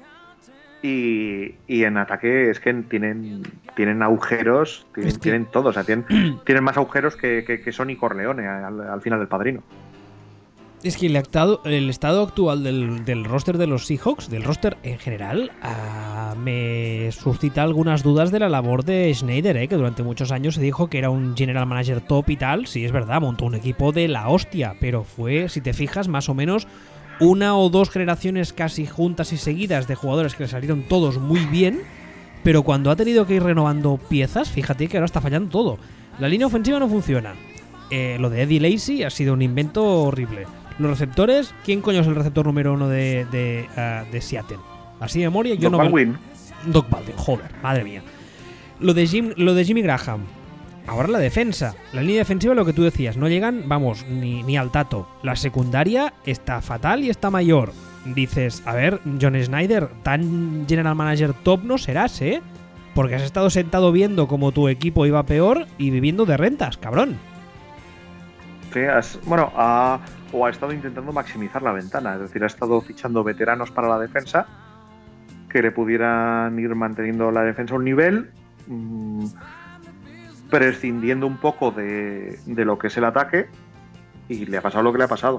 Y, y en ataque es que tienen tienen agujeros, tienen, es que... tienen todo, o sea, tienen, tienen más agujeros que, que, que Sonny Corleone al, al final del Padrino. Es que el estado, el estado actual del, del roster de los Seahawks, del roster en general, uh, me suscita algunas dudas de la labor de Schneider, ¿eh? Que durante muchos años se dijo que era un general manager top y tal. Sí, es verdad, montó un equipo de la hostia, pero fue, si te fijas, más o menos una o dos generaciones casi juntas y seguidas de jugadores que le salieron todos muy bien, pero cuando ha tenido que ir renovando piezas, fíjate que ahora está fallando todo. La línea ofensiva no funciona. Eh, lo de Eddie Lacy ha sido un invento horrible. Los receptores, ¿quién coño es el receptor número uno de, de, uh, de Seattle? Así de memoria, yo Doc no Baldwin. Me... Doc Baldwin, joder, madre mía. Lo de, Jim, lo de Jimmy Graham. Ahora la defensa. La línea defensiva, lo que tú decías, no llegan, vamos, ni, ni al tato. La secundaria está fatal y está mayor. Dices, a ver, John Schneider, tan general manager top no serás, ¿eh? Porque has estado sentado viendo cómo tu equipo iba peor y viviendo de rentas, cabrón. Sí, has, bueno, ha, o ha estado intentando maximizar la ventana, es decir, ha estado fichando veteranos para la defensa que le pudieran ir manteniendo la defensa a un nivel, mmm, prescindiendo un poco de, de lo que es el ataque, y le ha pasado lo que le ha pasado.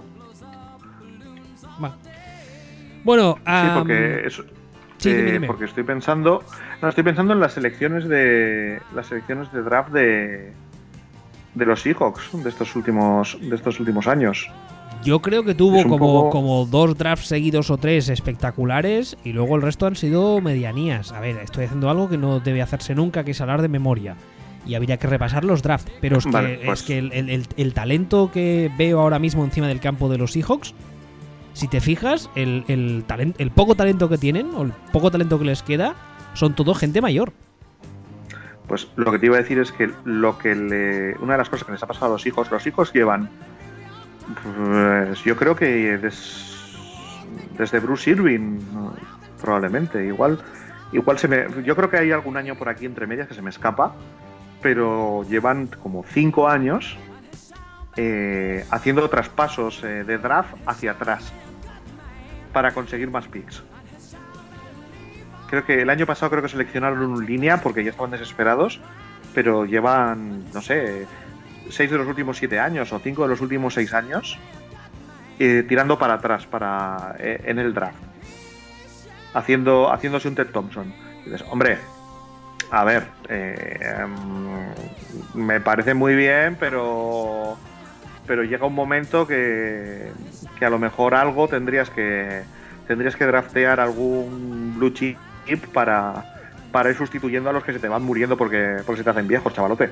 Va. Bueno, um... sí, porque eso, sí, eh, dime, dime. porque estoy pensando, no, estoy pensando en las selecciones de las selecciones de draft de de los Seahawks de estos últimos de estos últimos años. Yo creo que tuvo como, poco... como dos drafts seguidos o tres espectaculares y luego el resto han sido medianías. A ver, estoy haciendo algo que no debe hacerse nunca, que es hablar de memoria. Y habría que repasar los drafts. Pero es vale, que, pues... es que el, el, el talento que veo ahora mismo encima del campo de los Seahawks, si te fijas, el, el, talent, el poco talento que tienen, o el poco talento que les queda, son todo gente mayor. Pues lo que te iba a decir es que lo que le, una de las cosas que les ha pasado a los hijos, los hijos llevan Pues yo creo que des, desde Bruce Irving, probablemente. Igual, igual se me. Yo creo que hay algún año por aquí entre medias que se me escapa, pero llevan como cinco años eh, haciendo traspasos eh, de draft hacia atrás para conseguir más picks. Creo que el año pasado creo que seleccionaron un línea porque ya estaban desesperados, pero llevan, no sé, seis de los últimos siete años o cinco de los últimos seis años eh, tirando para atrás para eh, en el draft, haciendo haciéndose un Ted Thompson. Y dices, hombre, a ver, eh, um, me parece muy bien, pero pero llega un momento que, que a lo mejor algo tendrías que tendrías que draftear algún blue chip para, para ir sustituyendo a los que se te van muriendo porque, porque se te hacen viejos, chavalote.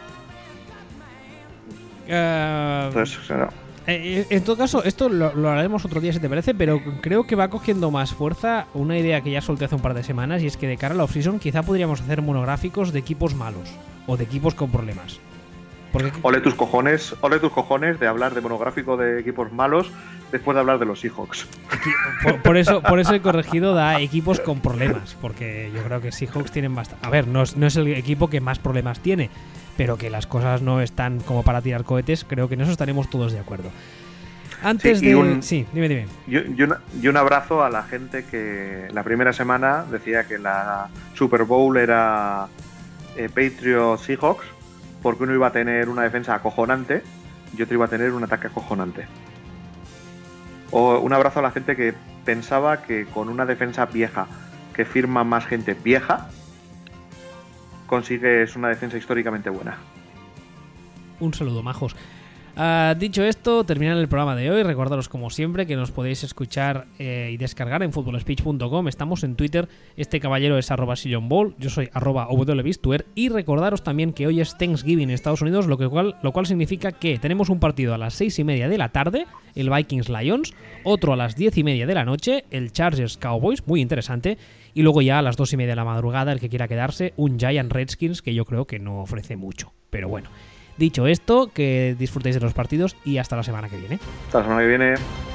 Uh, Entonces, claro. eh, en todo caso, esto lo, lo haremos otro día si te parece, pero creo que va cogiendo más fuerza una idea que ya solté hace un par de semanas, y es que de cara a la off-season quizá podríamos hacer monográficos de equipos malos o de equipos con problemas. Porque... Ole tus cojones, ole tus cojones de hablar de monográfico de equipos malos después de hablar de los Seahawks. Por, por eso, por eso he corregido da equipos con problemas, porque yo creo que Seahawks tienen bastante. A ver, no es, no es el equipo que más problemas tiene, pero que las cosas no están como para tirar cohetes. Creo que en eso estaremos todos de acuerdo. Antes sí, de. Un, sí, dime, dime. Y, y, un, y un abrazo a la gente que la primera semana decía que la Super Bowl era eh, Patriots Seahawks, porque uno iba a tener una defensa acojonante y otro iba a tener un ataque acojonante. O un abrazo a la gente que pensaba que con una defensa vieja que firma más gente vieja consigues una defensa históricamente buena. Un saludo, majos. Uh, dicho esto, terminar el programa de hoy. Recordaros como siempre que nos podéis escuchar eh, y descargar en football speech punto com. Estamos en Twitter. Este caballero es arroba sillonball. Yo soy arroba wbistuer. Y recordaros también que hoy es Thanksgiving en Estados Unidos, lo, que cual, lo cual significa que tenemos un partido a las seis y media de la tarde, el Vikings Lions, otro a las diez y media de la noche, el Chargers Cowboys, muy interesante, y luego ya a las dos y media de la madrugada, el que quiera quedarse, un Giants Redskins, que yo creo que no ofrece mucho, pero bueno. Dicho esto, que disfrutéis de los partidos y hasta la semana que viene. Hasta la semana que viene.